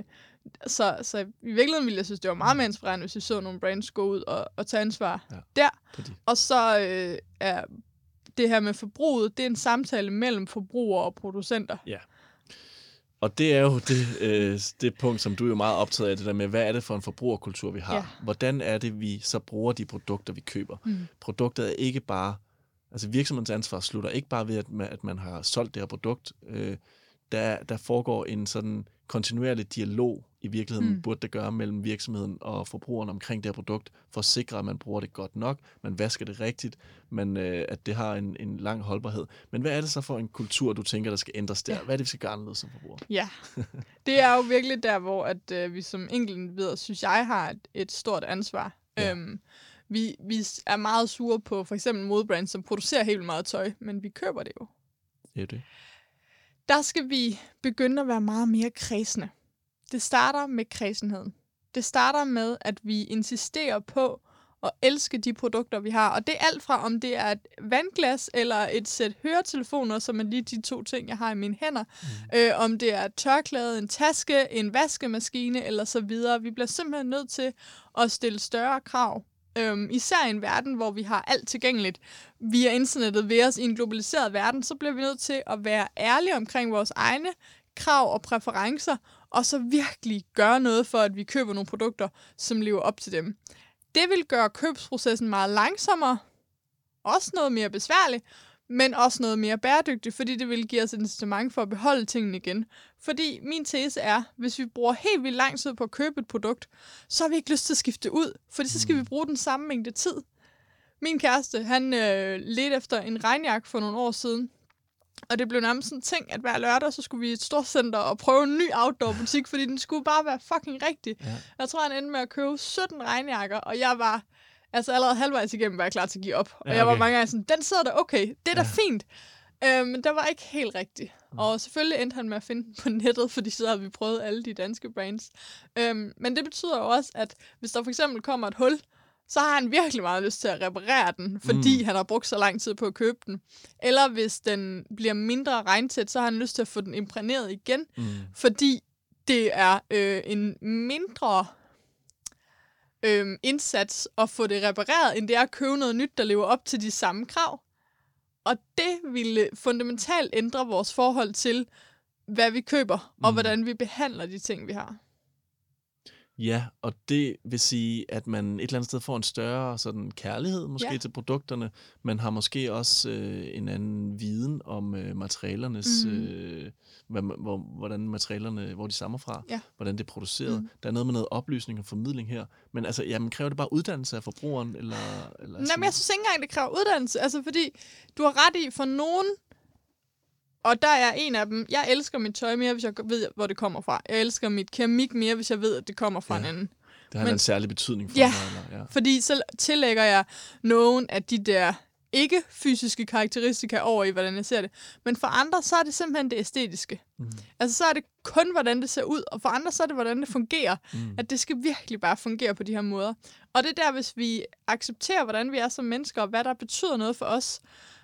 Så i virkeligheden ville jeg synes, det var meget mere inspirerende, hvis vi så nogle brands gå ud og tage ansvar der. Og så er det her med forbruget, det er en samtale mellem forbrugere og producenter.
Ja. Og det er jo det punkt, som du er jo meget optaget af, det der med, hvad er det for en forbrugerkultur, vi har? Ja. Hvordan er det, vi så bruger de produkter, vi køber? Produktet er ikke bare... Altså virksomhedens ansvar slutter ikke bare ved, at man har solgt det her produkt. Der foregår en sådan kontinuerlig dialog i virkeligheden, burde det gøre mellem virksomheden og forbrugeren omkring det her produkt, for at sikre, at man bruger det godt nok, man vasker det rigtigt, at det har en lang holdbarhed. Men hvad er det så for en kultur, du tænker, der skal ændres der? Hvad er det, vi skal gøre anderledes som forbruger?
Ja, det er jo virkelig der, hvor at, vi som enkeltindivider, synes jeg, har et stort ansvar. Ja. Vi er meget sure på for eksempel modebrands, som producerer helt meget tøj, men vi køber det jo.
Det er det.
Der skal vi begynde at være meget mere kredsende. Det starter med kredsenheden. Det starter med, at vi insisterer på at elske de produkter, vi har. Og det er alt fra, om det er et vandglas eller et sæt høretelefoner, som er lige de 2 ting, jeg har i mine hænder. Om det er et tørklæde, en taske, en vaskemaskine eller så videre. Vi bliver simpelthen nødt til at stille større krav. Især i en verden, hvor vi har alt tilgængeligt via internettet ved os i en globaliseret verden, så bliver vi nødt til at være ærlige omkring vores egne krav og præferencer, og så virkelig gøre noget for, at vi køber nogle produkter, som lever op til dem. Det vil gøre købsprocessen meget langsommere, også noget mere besværligt, men også noget mere bæredygtigt, fordi det vil give os et incitament for at beholde tingene igen. Fordi min tese er, hvis vi bruger helt vildt lang tid på at købe et produkt, så har vi ikke lyst til at skifte ud, fordi så skal vi bruge den samme mængde tid. Min kæreste, han ledte efter en regnjakke for nogle år siden, og det blev nærmest sådan en ting, at hver lørdag, så skulle vi i et storcenter og prøve en ny outdoor-butik, fordi den skulle bare være fucking rigtig. Ja. Jeg tror, han endte med at købe 17 regnjakker, og jeg var allerede halvvejs igennem, var jeg klar til at give op. Og jeg var mange gange sådan, den sidder der okay, det er da fint. Men det var ikke helt rigtigt. Og selvfølgelig endte han med at finde den på nettet, fordi så havde vi prøvet alle de danske brands. Men det betyder jo også, at hvis der for eksempel kommer et hul, så har han virkelig meget lyst til at reparere den, fordi han har brugt så lang tid på at købe den. Eller hvis den bliver mindre regntæt, så har han lyst til at få den imprægneret igen, fordi det er en mindre indsats at få det repareret, end det er at købe noget nyt, der lever op til de samme krav. Og det ville fundamentalt ændre vores forhold til, hvad vi køber, og hvordan vi behandler de ting, vi har.
Ja, og det vil sige, at man et eller andet sted får en større sådan kærlighed måske til produkterne. Man har måske også en anden viden om materialernes, hvordan materialerne, hvor de stammer fra, hvordan det er produceret. Der er noget med noget oplysning og formidling her. Men altså, jamen, kræver det bare uddannelse af forbrugeren? Eller
Nej, men jeg synes ikke engang, det kræver uddannelse. Altså, fordi du har ret i, for nogen, og der er en af dem, jeg elsker mit tøj mere, hvis jeg ved, hvor det kommer fra. Jeg elsker mit keramik mere, hvis jeg ved, at det kommer fra en anden.
Det har en særlig betydning for mig. Eller,
fordi så tillægger jeg nogen af de der ikke-fysiske karakteristika over i, hvordan jeg ser det. Men for andre, så er det simpelthen det æstetiske. Altså, så er det kun, hvordan det ser ud, og for andre, så er det, hvordan det fungerer. At det skal virkelig bare fungere på de her måder. Og det er der, hvis vi accepterer, hvordan vi er som mennesker, og hvad der betyder noget for os,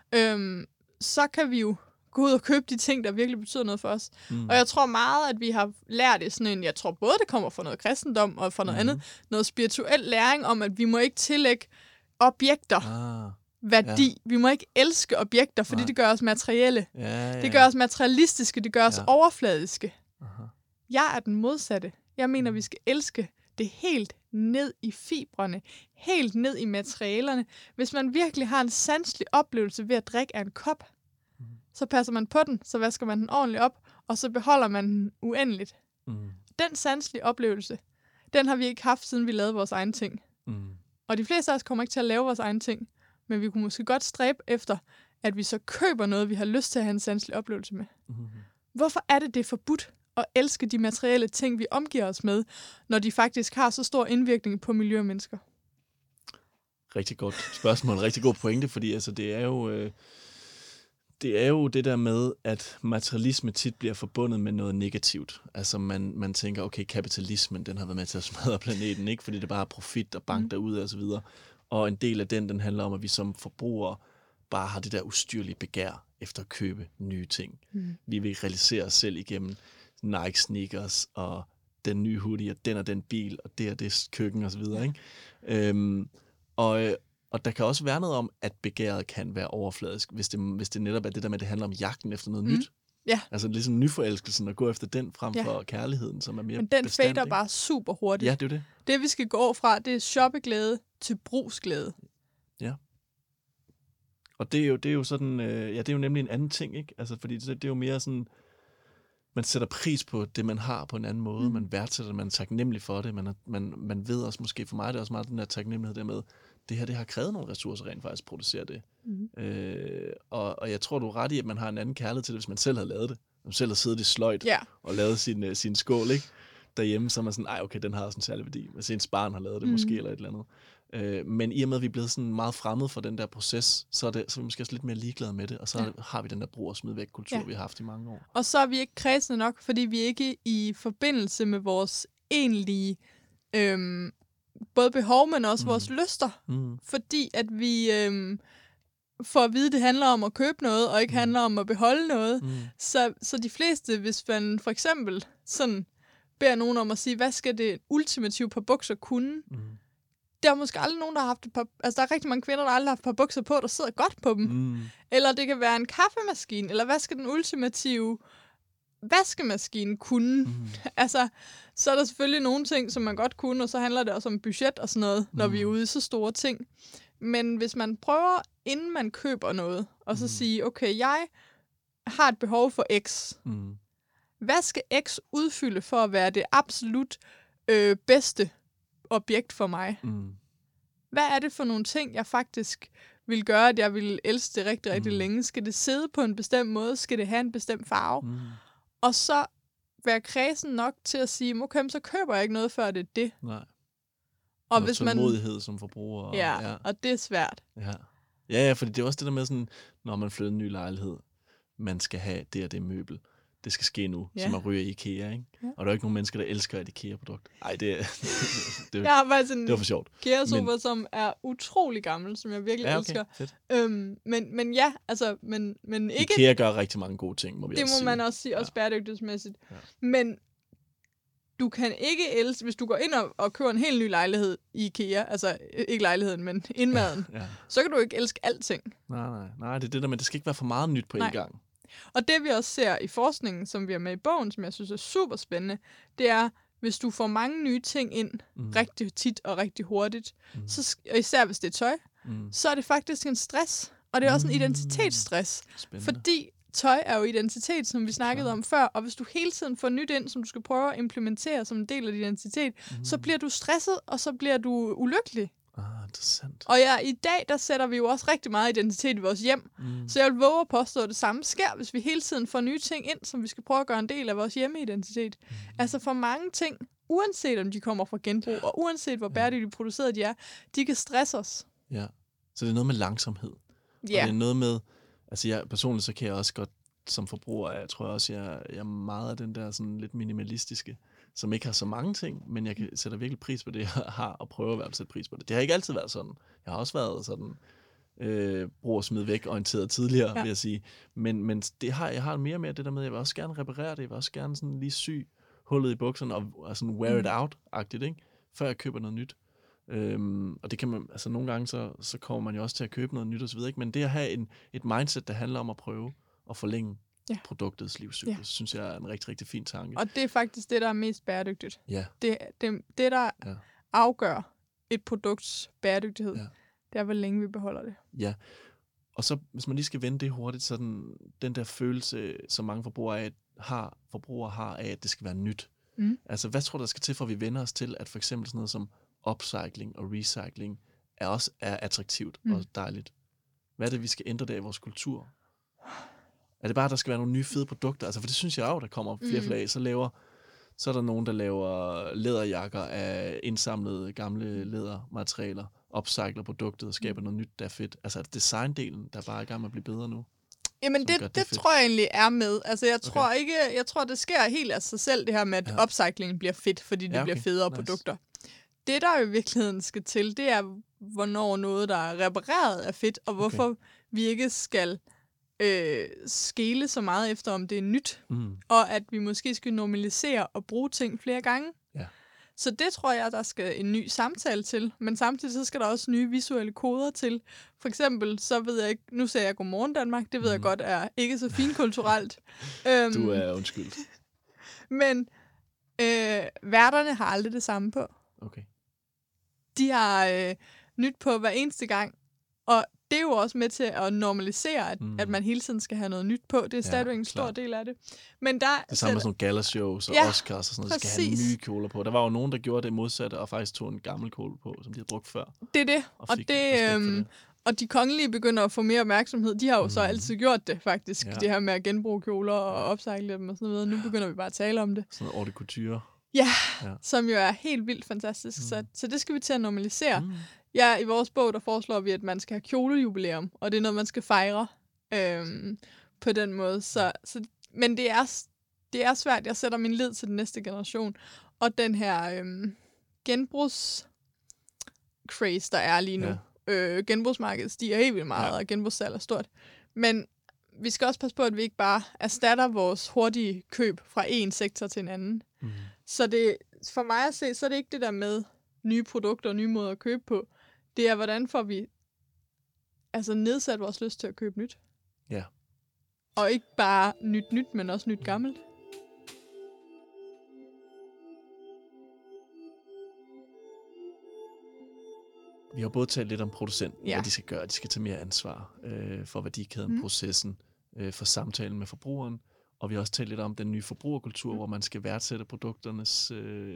så kan vi jo gå ud og købe de ting, der virkelig betyder noget for os. Og jeg tror meget, at vi har lært det sådan en, jeg tror både det kommer fra noget kristendom og fra noget andet, noget spirituel læring om, at vi må ikke tillægge objekter værdi. Vi må ikke elske objekter, fordi det gør os materielle. Det gør os materialistiske, det gør os overfladiske. Jeg er den modsatte. Jeg mener, vi skal elske det helt ned i fibrene, helt ned i materialerne. Hvis man virkelig har en sanselig oplevelse ved at drikke af en kop, så passer man på den, så vasker man den ordentligt op, og så beholder man den uendeligt. Den sanselige oplevelse, den har vi ikke haft, siden vi lavede vores egne ting. Og de fleste af os kommer ikke til at lave vores egne ting, men vi kunne måske godt stræbe efter, at vi så køber noget, vi har lyst til at have en sanselig oplevelse med. Hvorfor er det forbudt at elske de materielle ting, vi omgiver os med, når de faktisk har så stor indvirkning på miljø og mennesker?
Rigtig godt spørgsmål, rigtig god pointe, fordi altså, det er jo det der med, at materialisme tit bliver forbundet med noget negativt. Altså man tænker, okay, kapitalismen, den har været med til at smadre planeten, ikke? Fordi det bare er profit og bank derude og så videre. Og en del af den handler om, at vi som forbrugere bare har det der ustyrlige begær efter at købe nye ting. Vi vil realisere os selv igennem Nike sneakers og den nye hoodie og den bil og det køkken og så videre, ikke? Og der kan også være noget om, at begæret kan være overfladisk, hvis det netop er det der med, at det handler om jagten efter noget nyt.
Ja.
Altså ligesom nyforelskelsen og gå efter den frem for kærligheden, som er mere
men den
bestandig.
fader bare super hurtigt.
Ja, det er det.
Det vi skal gå fra, det er shoppeglæde til brugsglæde.
Ja. Og det er jo sådan, det er jo nemlig en anden ting, ikke? Altså fordi det er jo mere sådan, man sætter pris på det, man har på en anden måde. Man værdsætter det, man er taknemmelig for det. Man ved også måske, for mig det er også meget den der taknemmelighed der med, det har krævet nogle ressourcer rent faktisk at producere det. Og jeg tror, du er ret i, at man har en anden kærlighed til det, hvis man selv har lavet det. Hvis man selv har siddet i sløjt og lavet sin skål, ikke? Derhjemme, så er man sådan, okay, den har også en særlig værdi. Hvis ens barn har lavet det måske, eller et eller andet. Men i og med, at vi er blevet sådan meget fremmed for den der proces, så er vi måske også lidt mere ligeglade med det, og så har vi den der brug og smid væk kultur, vi har haft i mange år.
Og så er vi ikke kredsende nok, fordi vi ikke i forbindelse med vores egentlige både behov, men også vores lyster. Fordi at vi får at vide, at det handler om at købe noget, og ikke handler om at beholde noget. Så de fleste, hvis man for eksempel sådan beder nogen om at sige, hvad skal det ultimative par bukser kunne? Der er måske aldrig nogen, der har haft et par... Altså, der er rigtig mange kvinder, der aldrig har haft et par bukser på, der sidder godt på dem. Eller det kan være en kaffemaskine, eller hvad skal den ultimative vaskemaskine kunne? Altså, så er der selvfølgelig nogle ting, som man godt kunne, og så handler det også om budget og sådan noget, når vi er ude i så store ting. Men hvis man prøver, inden man køber noget, og så sige, okay, jeg har et behov for X. Hvad skal X udfylde for at være det absolut bedste objekt for mig? Hvad er det for nogle ting, jeg faktisk vil gøre, at jeg vil elske det rigtig, rigtig længe? Skal det sidde på en bestemt måde? Skal det have en bestemt farve? Og så være kredsen nok til at sige, okay, så køber jeg ikke noget, før det er det.
Nej.
Og hvis man
tålmodighed som forbruger.
Og det er svært.
Ja, fordi det er også det der med sådan, når man flytter en ny lejlighed, man skal have det og det møbel. Det skal ske nu, som at ryge i IKEA, ikke? Ja. Og der er jo ikke nogen mennesker, der elsker et IKEA-produkt. Nej, det
jeg har faktisk en
det var for sjovt.
IKEA-sofa, som er utrolig gammel, som jeg virkelig elsker.
Fedt.
Men ja, altså, men ikke...
IKEA gør rigtig mange gode ting, må vi
det
også
må
sige.
man også sige, også bæredygtighedsmæssigt.
Ja.
Men du kan ikke elske, hvis du går ind og køber en helt ny lejlighed i IKEA, altså ikke lejligheden, men indmaden, så kan du ikke elske alting.
Nej, det er det der med, det skal ikke være for meget nyt på en gang.
Og det vi også ser i forskningen, som vi har med i bogen, som jeg synes er super spændende, det er, hvis du får mange nye ting ind rigtig tit og rigtig hurtigt, så, og især hvis det er tøj, så er det faktisk en stress. Og det er også en identitetsstress.
Spændende.
Fordi tøj er jo identitet, som vi snakkede om før, og hvis du hele tiden får nyt ind, som du skal prøve at implementere som en del af din identitet, så bliver du stresset, og så bliver du ulykkelig.
Interessant.
Og i dag, der sætter vi jo også rigtig meget identitet i vores hjem. Så jeg vil våge at påstå, at det samme sker, hvis vi hele tiden får nye ting ind, som vi skal prøve at gøre en del af vores hjemmeidentitet. Altså for mange ting, uanset om de kommer fra genbrug, og uanset hvor bæredygtigt produceret de er, de kan stresse os.
Ja, så det er noget med langsomhed. Og det er noget med, altså jeg personligt, så kan jeg også godt som forbruger, jeg tror også, jeg er meget af den der sådan lidt minimalistiske, som ikke har så mange ting, men jeg sætter virkelig pris på det, jeg har, og prøver i hvert fald at sætte pris på det. Det har ikke altid været sådan. Jeg har også været sådan brug og smid væk orienteret tidligere, vil jeg sige. Men det jeg har mere med det der med, jeg vil også gerne reparere det, jeg vil også gerne sådan lige sy hullet i bukserne og sådan wear it out-agtigt, ikke? Før jeg køber noget nyt. Og det kan man, altså nogle gange, så kommer man jo også til at købe noget nyt og så videre, ikke? Men det at have et mindset, der handler om at prøve at forlænge produktets livscyklus, synes jeg er en rigtig, rigtig fin tanke.
Og det er faktisk det, der er mest bæredygtigt.
Ja.
Det der afgør et produkts bæredygtighed, det er, hvor længe vi beholder det.
Ja, og så hvis man lige skal vende det hurtigt, så den der følelse, som mange forbrugere har af, at det skal være nyt. Altså, hvad tror du, der skal til, for at vi vender os til, at for eksempel sådan noget som upcycling og recycling også er attraktivt og dejligt? Hvad er det, vi skal ændre der i vores kultur? Er det bare, at der skal være nogle nye fede produkter? Altså, for det synes jeg jo, der kommer flere flag. Så er der nogen, der laver læderjakker af indsamlede gamle lædermaterialer, upcycler produktet og skaber noget nyt, der er fedt. Altså, er det designdelen, der bare er i gang med at blive bedre nu?
Jamen, det tror jeg egentlig er med. Altså, jeg tror, det sker helt af sig selv, det her med, at upcycling bliver fedt, fordi det bliver federe produkter. Det, der jo i virkeligheden skal til, det er, hvornår noget, der er repareret, er fedt, og hvorfor vi ikke skal skele så meget efter, om det er nyt, og at vi måske skal normalisere og bruge ting flere gange. Ja. Så det tror jeg, der skal en ny samtale til, men samtidig så skal der også nye visuelle koder til. For eksempel, så ved jeg ikke, nu sagde jeg Godmorgen Danmark, det ved jeg godt er ikke så finkulturelt.
Du er undskyldt.
Men værterne har aldrig det samme på.
Okay.
De har nyt på hver eneste gang, og det er jo også med til at normalisere, at man hele tiden skal have noget nyt på. Det er stadigvæk en stor del af det. Men der,
det samme med sådan nogle galashows og Oscars og sådan noget. De skal have nye kjoler på. Der var jo nogen, der gjorde det modsatte og faktisk tog en gammel kjole på, som de havde brugt før.
Det er det. Og de kongelige begynder at få mere opmærksomhed. De har jo så altid gjort det, faktisk. Det her med at genbruge kjoler og upcycle dem og sådan noget. Nu begynder vi bare at tale om det.
Sådan noget haute couture.
Ja, som jo er helt vildt fantastisk. Så det skal vi til at normalisere. Ja, i vores bog, der foreslår vi, at man skal have kjolejubilæum, og det er noget, man skal fejre på den måde. Men det er svært. Jeg sætter min lid til den næste generation. Og den her genbrugs-craze, der er lige nu. Genbrugsmarkedet stiger helt vildt meget, og genbrugssalg er stort. Men vi skal også passe på, at vi ikke bare erstatter vores hurtige køb fra en sektor til en anden. Så det, for mig at se, så er det ikke det der med nye produkter og nye måder at købe på. Det er, hvordan får vi nedsat vores lyst til at købe nyt.
Ja.
Og ikke bare nyt, men også nyt gammelt.
Vi har både talt lidt om producenten, hvad de skal gøre. De skal tage mere ansvar for værdikæden, processen, for samtalen med forbrugeren. Og vi har også talt lidt om den nye forbrugerkultur, hvor man skal værdsætte produkternes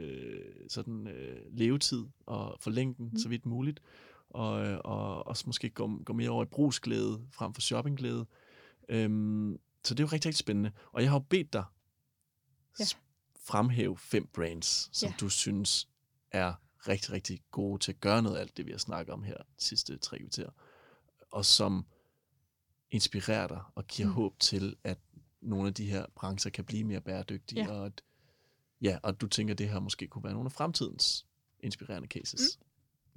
levetid og forlænge den så vidt muligt. Og også måske gå mere over i brugsglæde frem for shoppingglæde. Så det er jo rigtig, rigtig spændende. Og jeg har jo bedt dig fremhæve 5 brands, som du synes er rigtig, rigtig gode til at gøre noget af alt det, vi har snakket om her de sidste 3 kvarter. Og som inspirerer dig og giver håb til, at nogle af de her brancher kan blive mere bæredygtige, og at du tænker, at det her måske kunne være nogle af fremtidens inspirerende cases.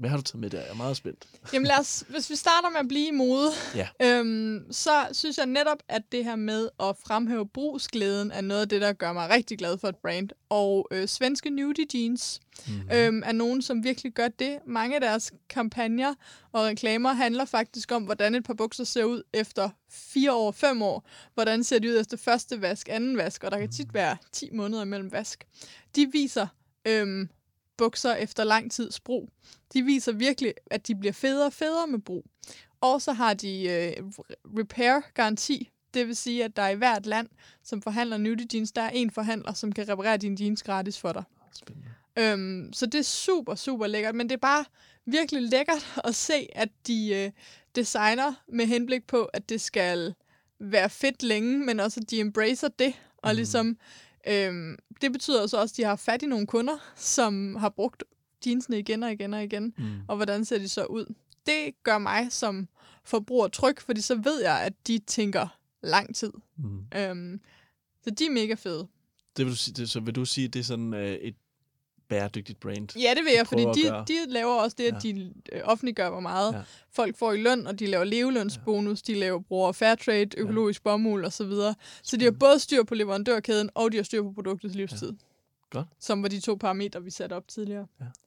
Hvad har du taget med der? Jeg er meget spændt.
Jamen hvis vi starter med at blive i mode, så synes jeg netop, at det her med at fremhæve brugsglæden er noget af det, der gør mig rigtig glad for et brand. Og svenske Nudie Jeans er nogen, som virkelig gør det. Mange af deres kampagner og reklamer handler faktisk om, hvordan et par bukser ser ud efter 4 år, 5 år. Hvordan ser de ud efter første vask, anden vask, og der kan tit være 10 måneder imellem vask. De viser bukser efter lang tids brug. De viser virkelig, at de bliver federe og federe med brug. Og så har de repair-garanti. Det vil sige, at der i hvert land, som forhandler Nudie Jeans, der er en forhandler, som kan reparere dine jeans gratis for dig. Så det er super, super lækkert. Men det er bare virkelig lækkert at se, at de designer med henblik på, at det skal være fedt længe, men også, at de embracer det. Og ligesom det betyder så også, at de har fat i nogle kunder, som har brugt jeansene igen og igen og igen. Og hvordan ser de så ud? Det gør mig som forbruger tryg, fordi så ved jeg, at de tænker lang tid. Så de er mega fede.
Så vil du sige, at det er sådan et bæredygtigt brand?
Ja, det vil jeg, fordi de laver også det, at de offentliggør, hvor meget folk får i løn, og de laver levelønsbonus, de bruger fairtrade, økologisk bomuld og så videre. Så de har både styr på leverandørkæden, og de har styr på produktets livstid.
Godt. Som
var de 2 parametre, vi satte op tidligere.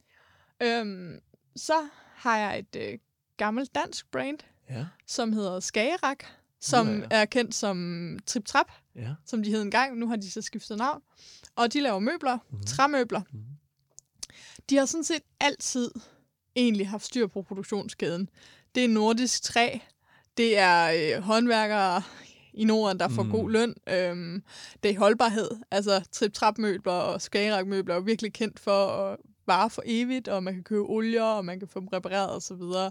Så har jeg et gammelt dansk brand, som hedder Skagerrak, som er kendt som Trip Trap, som de hed engang. Nu har de så skiftet navn. Og de laver møbler, træmøbler. De har sådan set altid egentlig haft styr på produktionskæden. Det er nordisk træ. Det er håndværkere i Norden, der får god løn. Det er holdbarhed. Altså trip-trap-møbler og Skagerrak-møbler er virkelig kendt for at vare for evigt, og man kan købe olier, og man kan få dem repareret osv.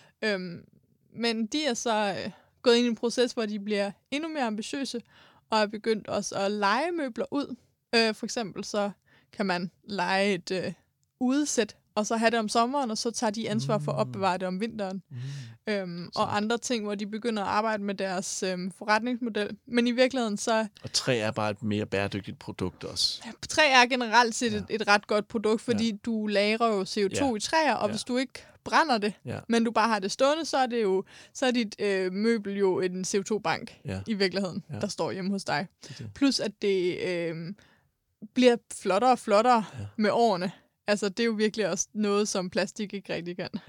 Men de er så gået ind i en proces, hvor de bliver endnu mere ambitiøse, og er begyndt også at leje møbler ud. For eksempel så kan man leje et udesæt, og så have det om sommeren, og så tager de ansvar for at opbevare det om vinteren. Og andre ting, hvor de begynder at arbejde med deres forretningsmodel. Men i virkeligheden så... Og
træ er bare et mere bæredygtigt produkt også.
Træ er generelt set et ret godt produkt, fordi du lagrer jo CO2 i træer, og hvis du ikke brænder det, men du bare har det stående, så er dit møbel jo en CO2-bank i virkeligheden, der står hjemme hos dig. Plus at det bliver flottere og flottere med årene. Altså, det er jo virkelig også noget, som plastik ikke rigtig kan.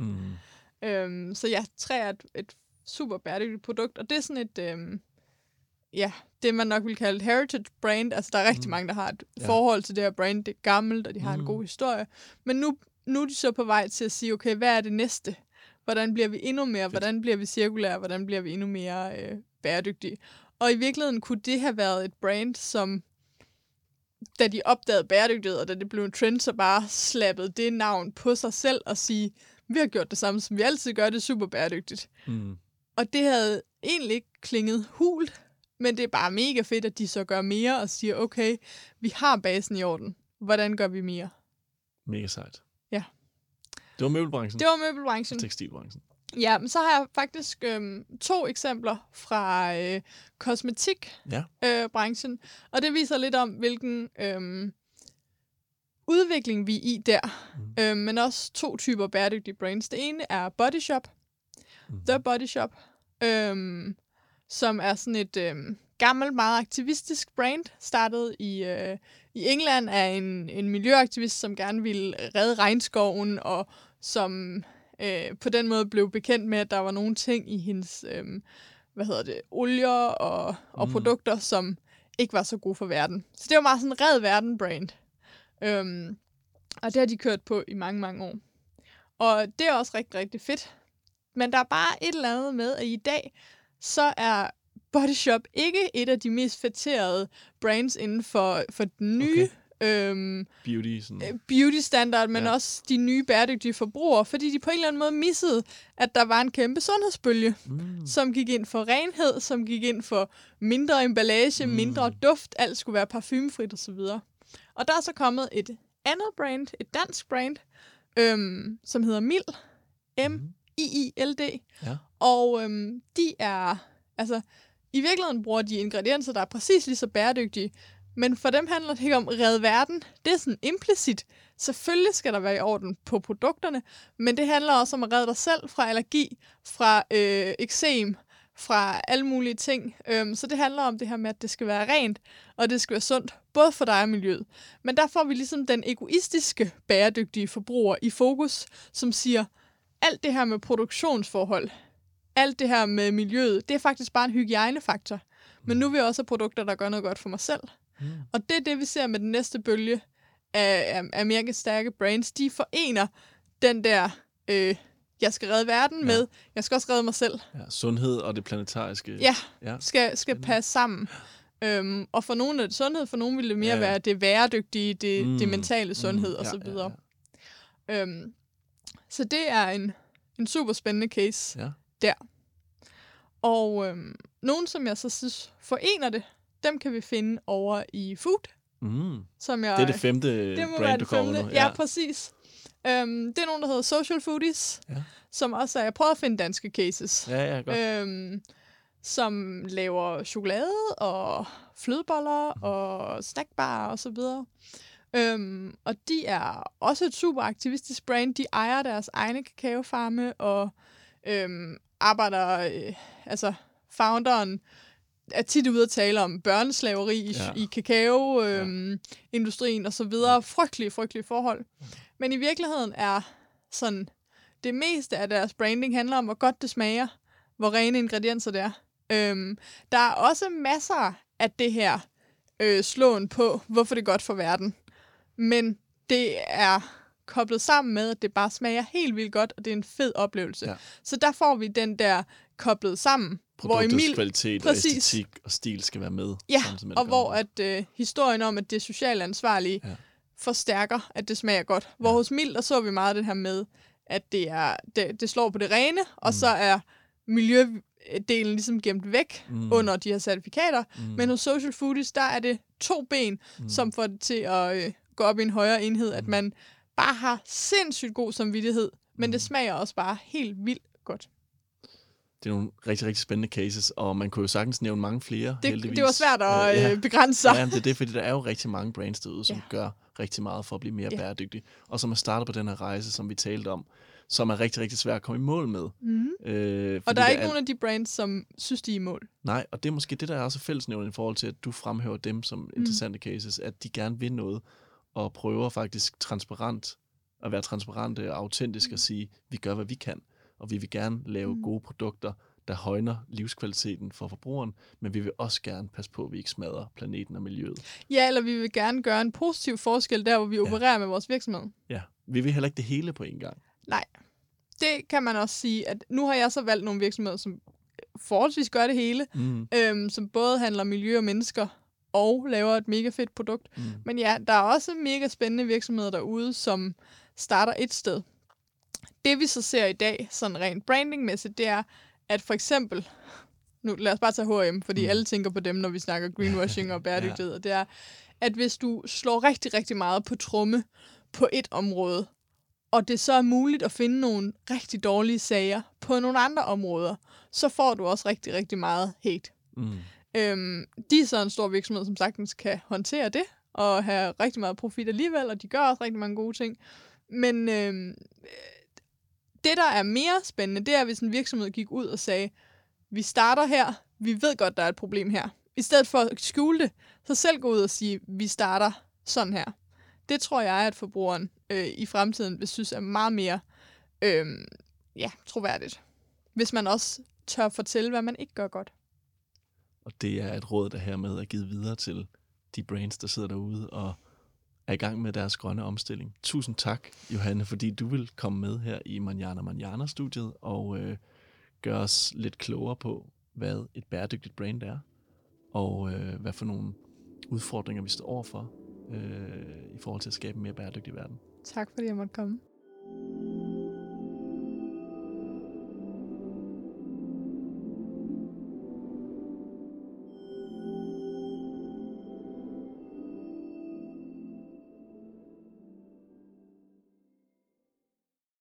Så ja, træ er et super bæredygtigt produkt, og det er sådan et, det man nok vil kalde et heritage brand. Altså, der er rigtig mange, der har et forhold til det her brand. Det er gammelt, og de har en god historie. Men nu er de så på vej til at sige, okay, hvad er det næste? Hvordan bliver vi endnu mere? Hvordan bliver vi cirkulære? Hvordan bliver vi endnu mere bæredygtige? Og i virkeligheden kunne det have været et brand, som da de opdagede bæredygtighed, og da det blev en trend, så bare slappede det navn på sig selv og sige, vi har gjort det samme, som vi altid gør, det er super bæredygtigt. Og det havde egentlig ikke klinget hult, men det er bare mega fedt, at de så gør mere og siger, okay, vi har basen i orden. Hvordan gør vi mere?
Mega sejt.
Ja.
Det var møbelbranchen.
Det var møbelbranchen.
Og tekstilbranchen.
Ja, men så har jeg faktisk 2 eksempler fra kosmetikbranchen, og det viser lidt om, hvilken udvikling vi er i der. Men også 2 typer bæredygtige brands. Det ene er Body Shop. The Body Shop, som er sådan et gammelt, meget aktivistisk brand, startet i England af en miljøaktivist, som gerne ville redde regnskoven, og som på den måde blev bekendt med, at der var nogle ting i hendes olier og produkter, som ikke var så gode for verden. Så det var meget sådan en red verden-brand. Og det har de kørt på i mange, mange år. Og det er også rigtig, rigtig fedt. Men der er bare et eller andet med, at i dag, så er Body Shop ikke et af de mest fætterede brands inden for den nye beauty standard, men også de nye bæredygtige forbrugere, fordi de på en eller anden måde missede, at der var en kæmpe sundhedsbølge, som gik ind for renhed, som gik ind for mindre emballage, mindre duft, alt skulle være parfumefrit osv. Og der er så kommet et andet brand, et dansk brand, som hedder Mild, M-I-I-L-D, og de er, altså i virkeligheden bruger de ingredienser, der er præcis lige så bæredygtige, Men for dem handler det ikke om at redde verden. Det er sådan implicit. Selvfølgelig skal der være i orden på produkterne, men det handler også om at redde dig selv fra allergi, fra eksem, fra alle mulige ting. Så det handler om det her med, at det skal være rent, og det skal være sundt, både for dig og miljøet. Men der får vi ligesom den egoistiske, bæredygtige forbruger i fokus, som siger, alt det her med produktionsforhold, alt det her med miljøet, det er faktisk bare en hygiejnefaktor. Men nu vil jeg også have produkter, der gør noget godt for mig selv. Og det er det, vi ser med den næste bølge af mere stærke brands. De forener den der, jeg skal redde verden med, jeg skal også redde mig selv.
Ja, sundhed og det planetariske.
Skal passe sammen. Og for nogle er det sundhed, for nogle vil det mere være det bæredygtige, det mentale sundhed osv. Så det er en super spændende case der. Og nogen, som jeg så synes forener det, dem kan vi finde over i Food. Som jeg,
det er det 5. brand, du kommer nu.
Ja, præcis. Det er nogen, der hedder Social Foodies, som også er, jeg prøver at finde danske cases.
Ja, godt.
Som laver chokolade og flødeboller og snackbar og så videre. Og de er også et super aktivistisk brand. De ejer deres egne kakaofarme og arbejder, founderen er tit ude at tale om børneslaveri i kakao-industrien og så videre. Frygtelige forhold. Men i virkeligheden er sådan, det meste af deres branding handler om, hvor godt det smager, hvor rene ingredienser det er. Der er også masser af det her slåen på, hvorfor det er godt for verden. Men det er koblet sammen med, at det bare smager helt vildt godt, og det er en fed oplevelse. Ja. Så der får vi den der koblet sammen.
Produktets kvalitet og æstetik og stil skal være med.
Ja, og hvor at historien om, at det socialt ansvarlige forstærker, at det smager godt. Hvor hos Mild, der så vi meget det her med, at det slår på det rene, og så er miljødelen ligesom gemt væk under de her certifikater. Men hos Social Foodies, der er det 2 ben, som får det til at gå op i en højere enhed, at man bare har sindssygt god samvittighed, men det smager også bare helt vildt godt.
Det er nogle rigtig, rigtig spændende cases, og man kunne jo sagtens nævne mange flere, heldigvis.
Det var svært at begrænse sig.
Ja, det er det, fordi der er jo rigtig mange brands derude, som gør rigtig meget for at blive mere bæredygtige, og som er startet på den her rejse, som vi talte om, som er rigtig, rigtig svært at komme i mål med.
Og der er ikke nogen af de brands, som synes, de er i mål.
Nej, og det er måske det, der er også fællesnævnet i forhold til, at du fremhæver dem som interessante cases, at de gerne vil noget, og prøver faktisk at være transparente og autentiske og sige, vi gør, hvad vi kan, og vi vil gerne lave gode produkter, der højner livskvaliteten for forbrugeren, men vi vil også gerne passe på, at vi ikke smadrer planeten og miljøet.
Ja, eller vi vil gerne gøre en positiv forskel der, hvor vi opererer med vores virksomhed.
Ja, vi vil heller ikke det hele på en gang.
Nej, det kan man også sige, at nu har jeg så valgt nogle virksomheder, som forholdsvis gør det hele, som både handler miljø og mennesker, og laver et mega fedt produkt. Men ja, der er også mega spændende virksomheder derude, som starter et sted. Det vi så ser i dag, sådan rent brandingmæssigt, det er, at for eksempel, nu lad os bare tage H&M, fordi alle tænker på dem, når vi snakker greenwashing og bæredygtighed, og det er, at hvis du slår rigtig, rigtig meget på tromme på et område, og det så er muligt at finde nogle rigtig dårlige sager på nogle andre områder, så får du også rigtig, rigtig meget hate. De er så en stor virksomhed, som sagtens kan håndtere det, og have rigtig meget profit alligevel, og de gør også rigtig mange gode ting. Men det, der er mere spændende, det er, hvis en virksomhed gik ud og sagde, vi starter her, vi ved godt, der er et problem her. I stedet for at skjule det, så selv gå ud og sige, vi starter sådan her. Det tror jeg, at forbrugeren i fremtiden vil synes er meget mere troværdigt. Hvis man også tør fortælle, hvad man ikke gør godt.
Og det er et råd, der hermed er givet videre til de brands, der sidder derude og er i gang med deres grønne omstilling. Tusind tak, Johanne, fordi du vil komme med her i Manjana-studiet og gøre os lidt klogere på, hvad et bæredygtigt brand er, og hvad for nogle udfordringer vi står overfor i forhold til at skabe en mere bæredygtig verden.
Tak fordi jeg måtte komme.